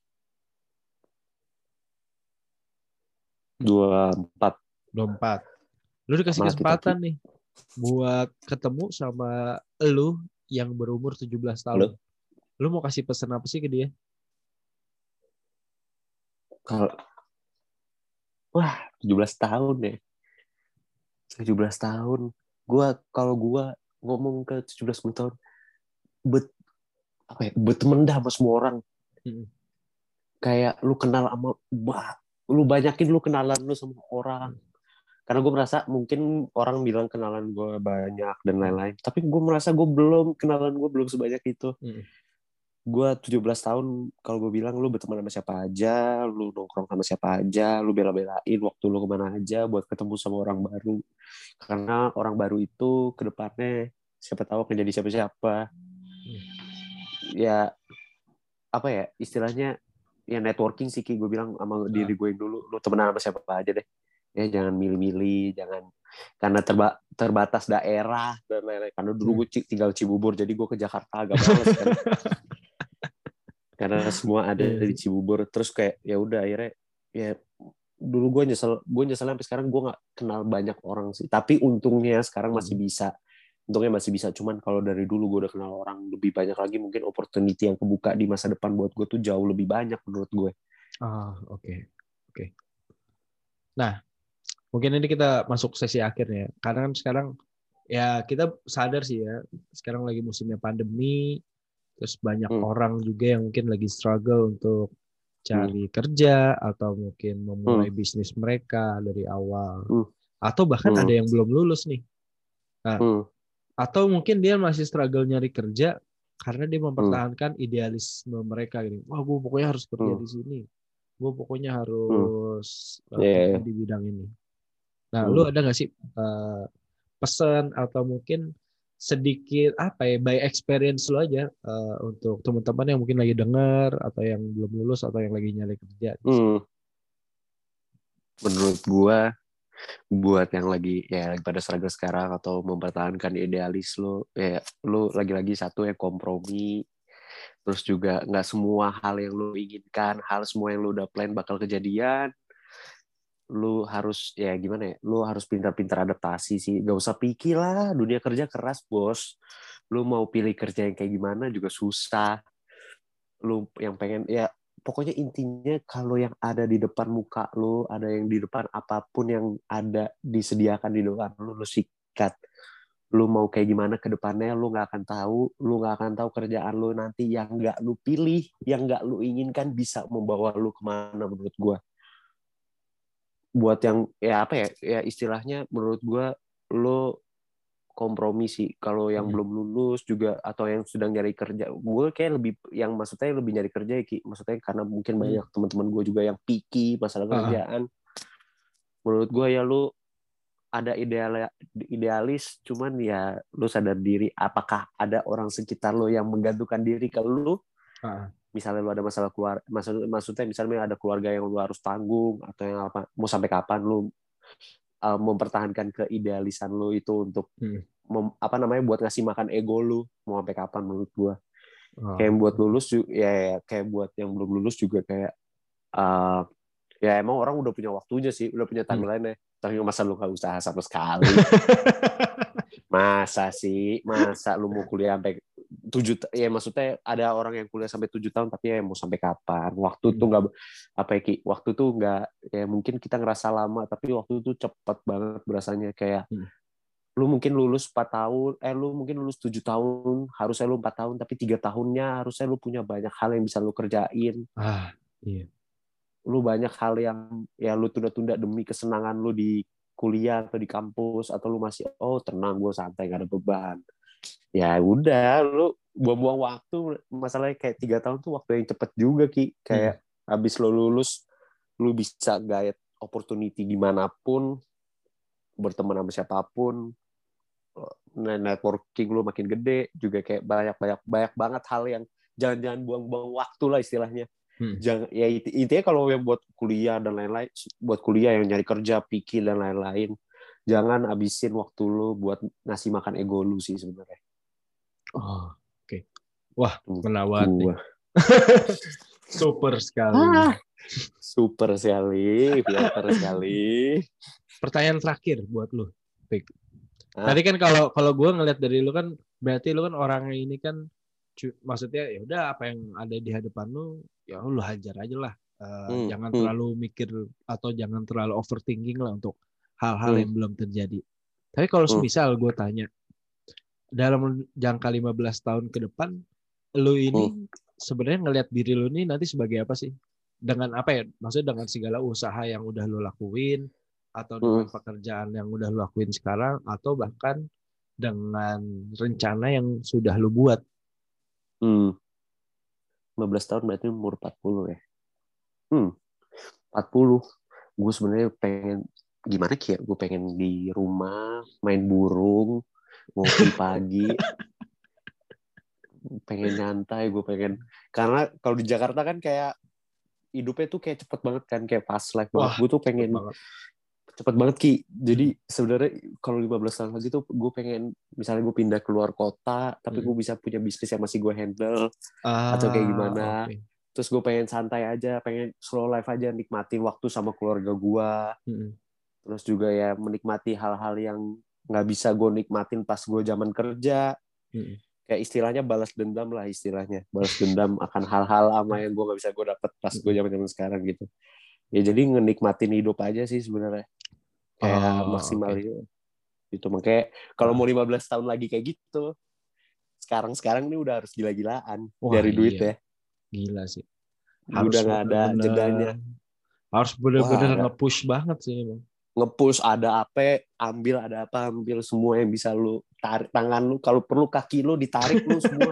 Speaker 2: dua puluh empat
Speaker 3: dua puluh empat. Lu dikasih
Speaker 2: malah kita
Speaker 3: kesempatan nih buat ketemu sama lu yang berumur tujuh belas tahun.
Speaker 2: Halo?
Speaker 3: Lu mau kasih pesan apa sih ke dia?
Speaker 2: Kalau wah tujuh belas tahun ya. tujuh belas tahun. Gua kalau gua ngomong ke tujuh belas tahun, bet apa ya? Berteman dah sama semua orang.
Speaker 3: Hmm.
Speaker 2: Kayak lu kenal sama bah, lu banyakin lu kenalan lu sama orang. Karena gue merasa mungkin orang bilang kenalan gue banyak dan lain-lain. Tapi gue merasa gue belum, kenalan gue belum sebanyak itu.
Speaker 3: Hmm.
Speaker 2: Gue tujuh belas tahun, kalau gue bilang lu berteman sama siapa aja, lu nongkrong sama siapa aja, lu bela-belain waktu lu kemana aja buat ketemu sama orang baru. Karena orang baru itu ke depannya siapa tahu akan jadi siapa-siapa. Ya, apa ya, istilahnya ya networking sih, Ki. Gue bilang sama diri gue yang dulu, lu temenan sama siapa aja deh. Ya jangan milih-milih, jangan karena terba, terbatas daerah dan lain-lain. Karena dulu gue tinggal Cibubur, jadi gue ke Jakarta agak males kan. Karena semua ada di Cibubur. Terus kayak ya udah akhirnya ya dulu gue nyesel, gue nyesel sampai sekarang gue nggak kenal banyak orang sih. Tapi untungnya sekarang masih bisa. Untungnya masih bisa. Cuman kalau dari dulu gue udah kenal orang lebih banyak lagi, mungkin opportunity yang kebuka di masa depan buat gue tuh jauh lebih banyak menurut gue.
Speaker 3: Ah, oke. Okay. Oke. Okay. Nah, mungkin ini kita masuk sesi akhirnya. Karena kan sekarang ya kita sadar sih ya, sekarang lagi musimnya pandemi, terus banyak
Speaker 2: Hmm.
Speaker 3: orang juga yang mungkin lagi struggle untuk cari
Speaker 2: hmm.
Speaker 3: kerja atau mungkin memulai
Speaker 2: hmm.
Speaker 3: bisnis mereka dari awal.
Speaker 2: Hmm.
Speaker 3: Atau bahkan
Speaker 2: hmm.
Speaker 3: ada yang belum lulus nih. Nah,
Speaker 2: hmm.
Speaker 3: atau mungkin dia masih struggle nyari kerja karena dia
Speaker 2: hmm.
Speaker 3: mempertahankan idealisme mereka gini. Wah, gue pokoknya harus kerja
Speaker 2: hmm.
Speaker 3: di sini. Gue pokoknya
Speaker 2: hmm.
Speaker 3: harus uh,
Speaker 2: yeah.
Speaker 3: kerja di bidang ini. Nah,
Speaker 2: hmm.
Speaker 3: lu ada nggak sih uh, pesan atau mungkin sedikit apa ya, by experience lu aja uh, untuk teman-teman yang mungkin lagi dengar atau yang belum lulus atau yang lagi nyari kerja?
Speaker 2: Hmm. Menurut gua, buat yang lagi ya lagi pada struggle sekarang atau mempertahankan idealis lo, ya lo lagi-lagi satu ya kompromi. Terus juga nggak semua hal yang lo inginkan, hal semua yang lo udah plan bakal kejadian. Lu harus ya gimana ya, lu harus pintar-pintar adaptasi sih. Gak usah pikir lah, dunia kerja keras bos. Lu mau pilih kerja yang kayak gimana juga susah. Lu yang pengen ya pokoknya intinya kalau yang ada di depan muka lu, ada yang di depan apapun yang ada disediakan di depan lu, lu sikat. Lu mau kayak gimana ke depannya lu nggak akan tahu, lu nggak akan tahu kerjaan lu nanti yang nggak lu pilih, yang nggak lu inginkan bisa membawa lu kemana menurut gua. Buat yang ya apa ya, ya istilahnya menurut gue lo kompromi sih kalau yang belum lulus juga atau yang sedang nyari kerja. Gue kayak lebih yang maksudnya lebih nyari kerja ya Ki, maksudnya karena mungkin banyak teman-teman gue juga yang picky masalah kerjaan. Menurut gue ya lo ada ideal idealis, cuman ya lo sadar diri apakah ada orang sekitar lo yang menggantungkan diri ke lo. Misalnya lu ada masalah keluar, maksud, maksudnya misalnya ada keluarga yang lu harus tanggung atau yang apa, mau sampai kapan lu uh, mempertahankan keidealisan lu itu untuk hmm. mem, apa namanya buat ngasih makan ego lu, mau sampai kapan menurut gua. Oh. Kayak buat lulus ya, ya kayak buat yang belum lulus juga kayak uh, ya emang orang udah punya waktunya sih, udah punya timeline-nya. Hmm. Tapi masa lu gak usaha sama sekali? Masa sih, masa lu mau kuliah sampai tujuh, ya maksudnya ada orang yang kuliah sampai tujuh tahun tapi ya mau sampai kapan? Waktu hmm. tuh nggak apa ya Ki? Waktu tuh nggak ya mungkin kita ngerasa lama tapi waktu tuh cepet banget berasanya kayak hmm. lu mungkin lulus empat tahun, eh lu mungkin lulus tujuh tahun, harusnya lu empat tahun tapi tiga tahunnya harusnya lu punya banyak hal yang bisa lu kerjain.
Speaker 3: Ah, iya.
Speaker 2: Lu banyak hal yang ya lu tunda-tunda demi kesenangan lu di kuliah atau di kampus atau lu masih oh tenang gue santai gak ada beban. Ya udah lu buang-buang waktu, masalahnya kayak tiga tahun tuh waktu yang cepet juga Ki, kayak hmm. habis lo lulus lu bisa gayet opportunity dimanapun, berteman sama siapapun, networking lu makin gede juga, kayak banyak banyak banyak banget hal yang jangan-jangan buang-buang waktu lah istilahnya.
Speaker 3: Hmm.
Speaker 2: Jangan ya it- intinya kalau yang buat kuliah dan lain-lain, buat kuliah yang nyari kerja, pikir dan lain-lain, jangan abisin waktu lu buat ngasih makan ego lu sih sebenarnya.
Speaker 3: Oh, oke. Okay. Wah,
Speaker 2: Tuh,
Speaker 3: menawar nih.
Speaker 2: gua.
Speaker 3: Super sekali.
Speaker 2: Ah, super sekali, pintar sekali.
Speaker 3: Pertanyaan terakhir buat lu, Pik.
Speaker 2: Ah.
Speaker 3: Tadi kan kalau kalau gue ngeliat dari lu kan, berarti lu kan orangnya ini kan, cu- maksudnya ya udah apa yang ada di hadapan lu, ya lu hajar aja lah. Uh,
Speaker 2: Hmm,
Speaker 3: jangan
Speaker 2: hmm,
Speaker 3: terlalu mikir atau jangan terlalu overthinking lah untuk hal-hal
Speaker 2: hmm,
Speaker 3: yang belum terjadi. Tapi kalau
Speaker 2: hmm,
Speaker 3: semisal gue tanya, dalam jangka lima belas tahun ke depan, lu ini
Speaker 2: hmm,
Speaker 3: sebenarnya ngelihat diri lu ini nanti sebagai apa sih? Dengan apa ya? Maksudnya dengan segala usaha yang udah lu lakuin, atau dengan
Speaker 2: hmm,
Speaker 3: pekerjaan yang udah lu lakuin sekarang, atau bahkan dengan rencana yang sudah lu buat.
Speaker 2: hmm. lima belas tahun berarti umur empat puluh ya. Hmm, empat puluh. Gue sebenarnya pengen gimana Ki ya? Gue pengen di rumah main burung, ngopi pagi, pengen nyantai, gue pengen karena kalau di Jakarta kan kayak hidupnya tuh kayak cepet banget kan, kayak fast life banget.
Speaker 3: Wah,
Speaker 2: Gue tuh
Speaker 3: cepet
Speaker 2: pengen
Speaker 3: banget.
Speaker 2: cepet banget Ki. Jadi
Speaker 3: Hmm.
Speaker 2: sebenarnya kalau lima belas tahun lagi tuh gue pengen misalnya gue pindah keluar kota, tapi
Speaker 3: Hmm.
Speaker 2: gue bisa punya bisnis yang masih gue handle
Speaker 3: Ah,
Speaker 2: atau kayak gimana.
Speaker 3: oke.
Speaker 2: Terus gue pengen santai aja, pengen slow life aja, nikmatin waktu sama keluarga gue.
Speaker 3: Hmm.
Speaker 2: Terus juga ya menikmati hal-hal yang nggak bisa gue nikmatin pas gue zaman kerja.
Speaker 3: Hmm.
Speaker 2: Kayak istilahnya balas dendam lah istilahnya. Balas dendam akan hal-hal ama yang gue nggak bisa gue dapet pas gue
Speaker 3: Hmm.
Speaker 2: zaman-zaman sekarang gitu. Ya jadi ngenikmatin hidup aja sih sebenarnya. Kayak
Speaker 3: Oh,
Speaker 2: maksimal
Speaker 3: oke.
Speaker 2: gitu. Makanya kalau
Speaker 3: Ah.
Speaker 2: mau lima belas tahun lagi kayak gitu, sekarang-sekarang ini udah harus gila-gilaan
Speaker 3: Wah,
Speaker 2: dari duit
Speaker 3: iya.
Speaker 2: ya.
Speaker 3: Gila sih.
Speaker 2: Udah
Speaker 3: Harus
Speaker 2: nggak ada jedanya.
Speaker 3: bener-bener harus
Speaker 2: Wah,
Speaker 3: bener-bener
Speaker 2: ada
Speaker 3: nge-push banget sih emang.
Speaker 2: nge-push, ada apa, ambil, ada apa, ambil semua yang bisa lu tarik tangan lu. Kalau perlu kaki lu ditarik lu semua.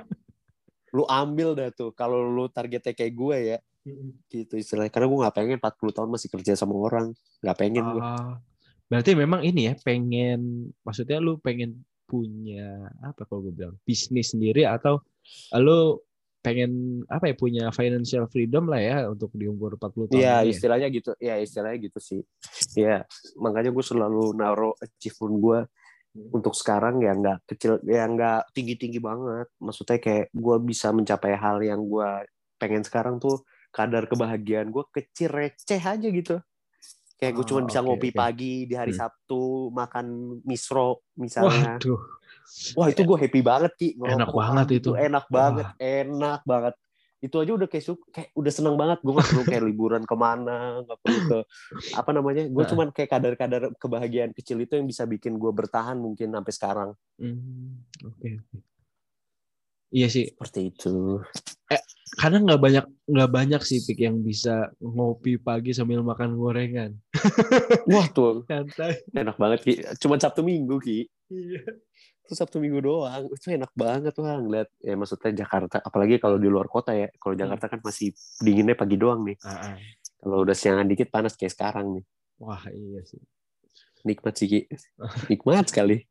Speaker 2: Lu ambil dah tuh. Kalau lu targetnya kayak gue ya, gitu istilahnya. Karena gue nggak pengen empat puluh tahun masih kerja sama orang. Nggak pengen gue.
Speaker 3: Ah, berarti memang ini ya pengen, maksudnya lu pengen punya apa kalau gue bilang bisnis sendiri, atau lu pengen apa ya, punya financial freedom lah ya untuk di umur empat puluh tahun
Speaker 2: Iya,
Speaker 3: ini ya.
Speaker 2: istilahnya gitu. Ya, istilahnya gitu sih. Ya, makanya gue selalu naruh achievement gue untuk sekarang ya nggak kecil, ya nggak tinggi-tinggi banget. Maksudnya kayak gue bisa mencapai hal yang gue pengen sekarang tuh, kadar kebahagiaan gue kecil receh aja gitu. Kayak gue cuma
Speaker 3: Ah,
Speaker 2: bisa
Speaker 3: oke
Speaker 2: ngopi
Speaker 3: oke.
Speaker 2: pagi di hari
Speaker 3: Hmm.
Speaker 2: Sabtu, makan misro misalnya.
Speaker 3: Waduh,
Speaker 2: Wah itu gue happy banget Ki,
Speaker 3: enak
Speaker 2: ngerokok
Speaker 3: banget
Speaker 2: pagi
Speaker 3: itu.
Speaker 2: tuh enak banget,
Speaker 3: Wah.
Speaker 2: enak banget. Itu aja udah kayak su- kayak udah seneng banget. Gue nggak perlu kayak liburan kemana, nggak perlu ke apa namanya. Gue
Speaker 3: Heeh.
Speaker 2: cuman kayak kadar-kadar kebahagiaan kecil itu yang bisa bikin gue bertahan mungkin sampai sekarang.
Speaker 3: Hmm, oke oke. Iya sih.
Speaker 2: Seperti itu.
Speaker 3: Eh, karena nggak banyak nggak banyak sih Pik yang bisa ngopi pagi sambil makan gorengan.
Speaker 2: Wah tuh
Speaker 3: Santai.
Speaker 2: enak banget Ki. Cuma Sabtu Minggu Ki.
Speaker 3: Iya.
Speaker 2: Itu Sabtu Minggu doang. Itu enak banget tuh ngeliat. Ya maksudnya Jakarta, apalagi kalau di luar kota ya. Kalau Jakarta kan masih dinginnya pagi doang nih.
Speaker 3: Ah, ah.
Speaker 2: Kalau udah siangan dikit panas kayak sekarang nih.
Speaker 3: Wah iya sih.
Speaker 2: Nikmat sih Ki. Nikmat sekali.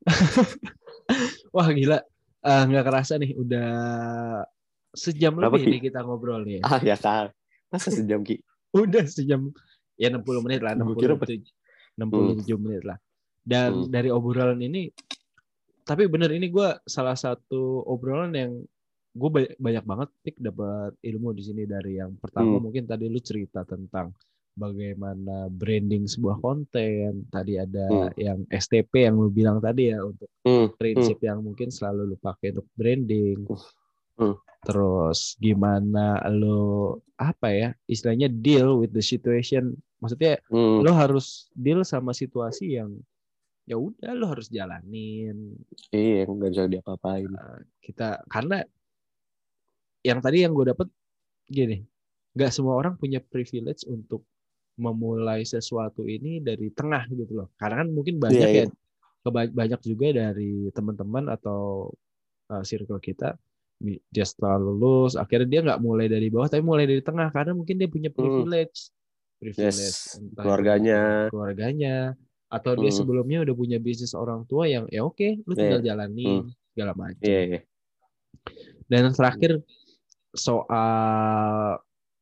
Speaker 3: Wah gila. Ah, nggak kerasa nih udah sejam
Speaker 2: Berapa
Speaker 3: lebih
Speaker 2: Ki?
Speaker 3: nih kita ngobrol nih.
Speaker 2: Ah ya kan. Masa sejam Ki?
Speaker 3: Udah sejam, ya enam puluh menit lah,
Speaker 2: Gue kira apa?
Speaker 3: enam puluh
Speaker 2: Hmm.
Speaker 3: tujuh menit lah. Dan
Speaker 2: Hmm.
Speaker 3: dari obrolan ini, tapi bener ini gue salah satu obrolan yang gue banyak, banyak banget Pik dapat ilmu di sini. Dari yang pertama
Speaker 2: Hmm.
Speaker 3: mungkin tadi lu cerita tentang bagaimana branding sebuah konten. Tadi ada
Speaker 2: Hmm.
Speaker 3: yang S T P yang lu bilang tadi ya, untuk
Speaker 2: Hmm.
Speaker 3: prinsip yang mungkin selalu lu pakai untuk branding.
Speaker 2: Hmm.
Speaker 3: Terus gimana lo apa ya istilahnya deal with the situation, maksudnya
Speaker 2: Hmm.
Speaker 3: lo harus deal sama situasi yang ya udah lo harus jalanin.
Speaker 2: Iya, nggak bisa diapa-apain.
Speaker 3: Uh, kita karena yang tadi yang gue dapet gini, nggak semua orang punya privilege untuk memulai sesuatu ini dari tengah gitu loh. Karena kan mungkin banyak
Speaker 2: Iya,
Speaker 3: ya,
Speaker 2: iya.
Speaker 3: keba- banyak juga dari teman-teman atau uh, circle kita, dia setelah lulus akhirnya dia nggak mulai dari bawah tapi mulai dari tengah karena mungkin dia punya privilege,
Speaker 2: Hmm.
Speaker 3: privilege
Speaker 2: Yes.
Speaker 3: entah
Speaker 2: Keluarganya.
Speaker 3: itu keluarganya atau dia
Speaker 2: Hmm.
Speaker 3: sebelumnya udah punya bisnis orang tua yang ya oke lu tinggal
Speaker 2: Iya.
Speaker 3: jalanin
Speaker 2: Hmm.
Speaker 3: segala macam.
Speaker 2: Iya, iya.
Speaker 3: Dan yang terakhir soal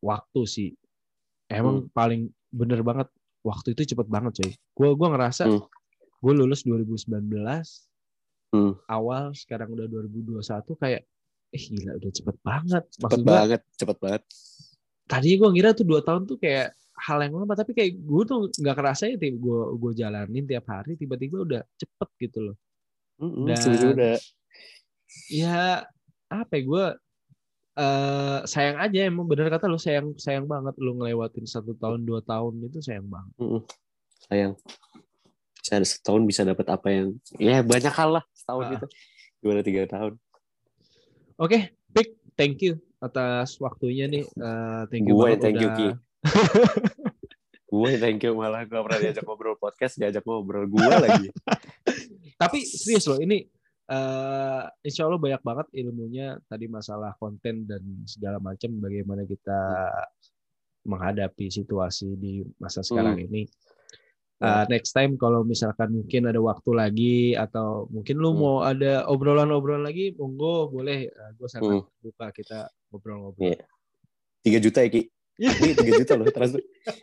Speaker 3: waktu sih. Emang
Speaker 2: Hmm.
Speaker 3: paling bener banget. Waktu itu cepet banget coy. Gue gua ngerasa
Speaker 2: Hmm.
Speaker 3: gue lulus dua ribu sembilan belas
Speaker 2: Hmm.
Speaker 3: awal, sekarang udah dua ribu dua puluh satu, kayak eh gila udah cepet banget.
Speaker 2: Cepet
Speaker 3: Maksud gue
Speaker 2: banget, cepet banget.
Speaker 3: tadi gue ngira tuh dua tahun tuh kayak hal yang lama, tapi kayak gue tuh nggak kerasa ya, gue gue jalanin tiap hari tiba-tiba udah cepet gitu loh.
Speaker 2: Mm-mm,
Speaker 3: Dan
Speaker 2: udah.
Speaker 3: ya apa ya, gue uh, sayang aja, emang bener kata lo, sayang sayang banget lo ngelewatin satu tahun dua tahun itu, sayang banget.
Speaker 2: Mm-mm. Sayang. Bisa ada setahun bisa dapat apa yang ya banyak hal lah setahun
Speaker 3: Ah.
Speaker 2: itu. Gimana tiga tahun?
Speaker 3: Oke, okay, Pik, thank you atas waktunya nih. Uh, thank you
Speaker 2: Gue
Speaker 3: banget
Speaker 2: thank you
Speaker 3: udah.
Speaker 2: Ki. Gue thank you, malah gue pernah diajak ngobrol podcast, diajak ngobrol gue lagi.
Speaker 3: Tapi serius loh, ini uh, insya Allah banyak banget ilmunya tadi, masalah konten dan segala macam, bagaimana kita hmm. menghadapi situasi di masa sekarang hmm. ini. Uh, next time kalau misalkan mungkin ada waktu lagi, atau mungkin lu hmm. mau ada obrolan-obrolan lagi, monggo boleh. Uh, gue sangat hmm. buka, kita ngobrol-ngobrol.
Speaker 2: Tiga juta ya Ki? Ini tiga juta loh transfer.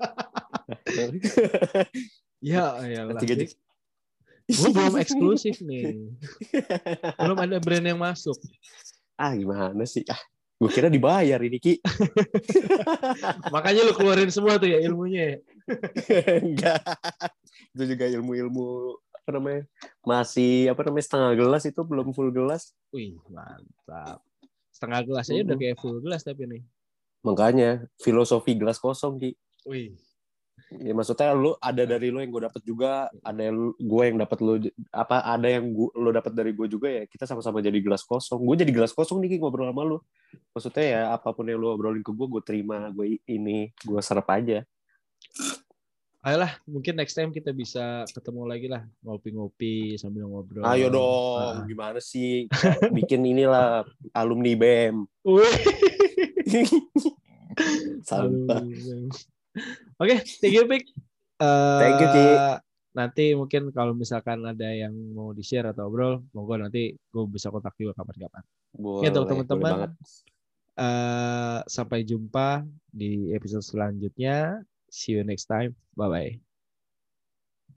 Speaker 3: Ya, ya
Speaker 2: tiga juta.
Speaker 3: Gue belum eksklusif nih. Belum ada brand yang masuk.
Speaker 2: Ah gimana sih? Ah, gue kira dibayar ini Ki.
Speaker 3: Makanya lu keluarin semua tuh ya ilmunya ya.
Speaker 2: Enggak. Itu juga ilmu-ilmu apa namanya? Masih apa namanya setengah gelas, itu belum full gelas.
Speaker 3: Wih, mantap. Setengah gelas aja uh-huh. udah kayak full gelas tapi nih.
Speaker 2: Makanya filosofi gelas kosong Ki.
Speaker 3: Wih.
Speaker 2: Ya maksudnya lu ada dari lu yang gue dapat juga, ada yang gue yang dapat lu apa ada yang gua, lu dapat dari gue juga, ya kita sama-sama jadi gelas kosong. Gue jadi gelas kosong nih Ki, ngobrol sama lu. Maksudnya ya apapun yang lu obrolin ke gue, gue terima, gue ini, gue serap aja.
Speaker 3: Ayolah, mungkin next time kita bisa ketemu lagi lah, ngopi-ngopi sambil ngobrol.
Speaker 2: Ayo dong, ah. Gimana sih? Kita bikin inilah alumni B E M. Sampah.
Speaker 3: Oke, okay, thank you Pik. Uh,
Speaker 2: thank you Ki.
Speaker 3: Nanti mungkin kalau misalkan ada yang mau di-share atau obrol, monggo nanti gue bisa kontak juga kapan-kapan. Oke, untuk teman-teman, uh, sampai jumpa di episode selanjutnya. See you next time. Bye-bye.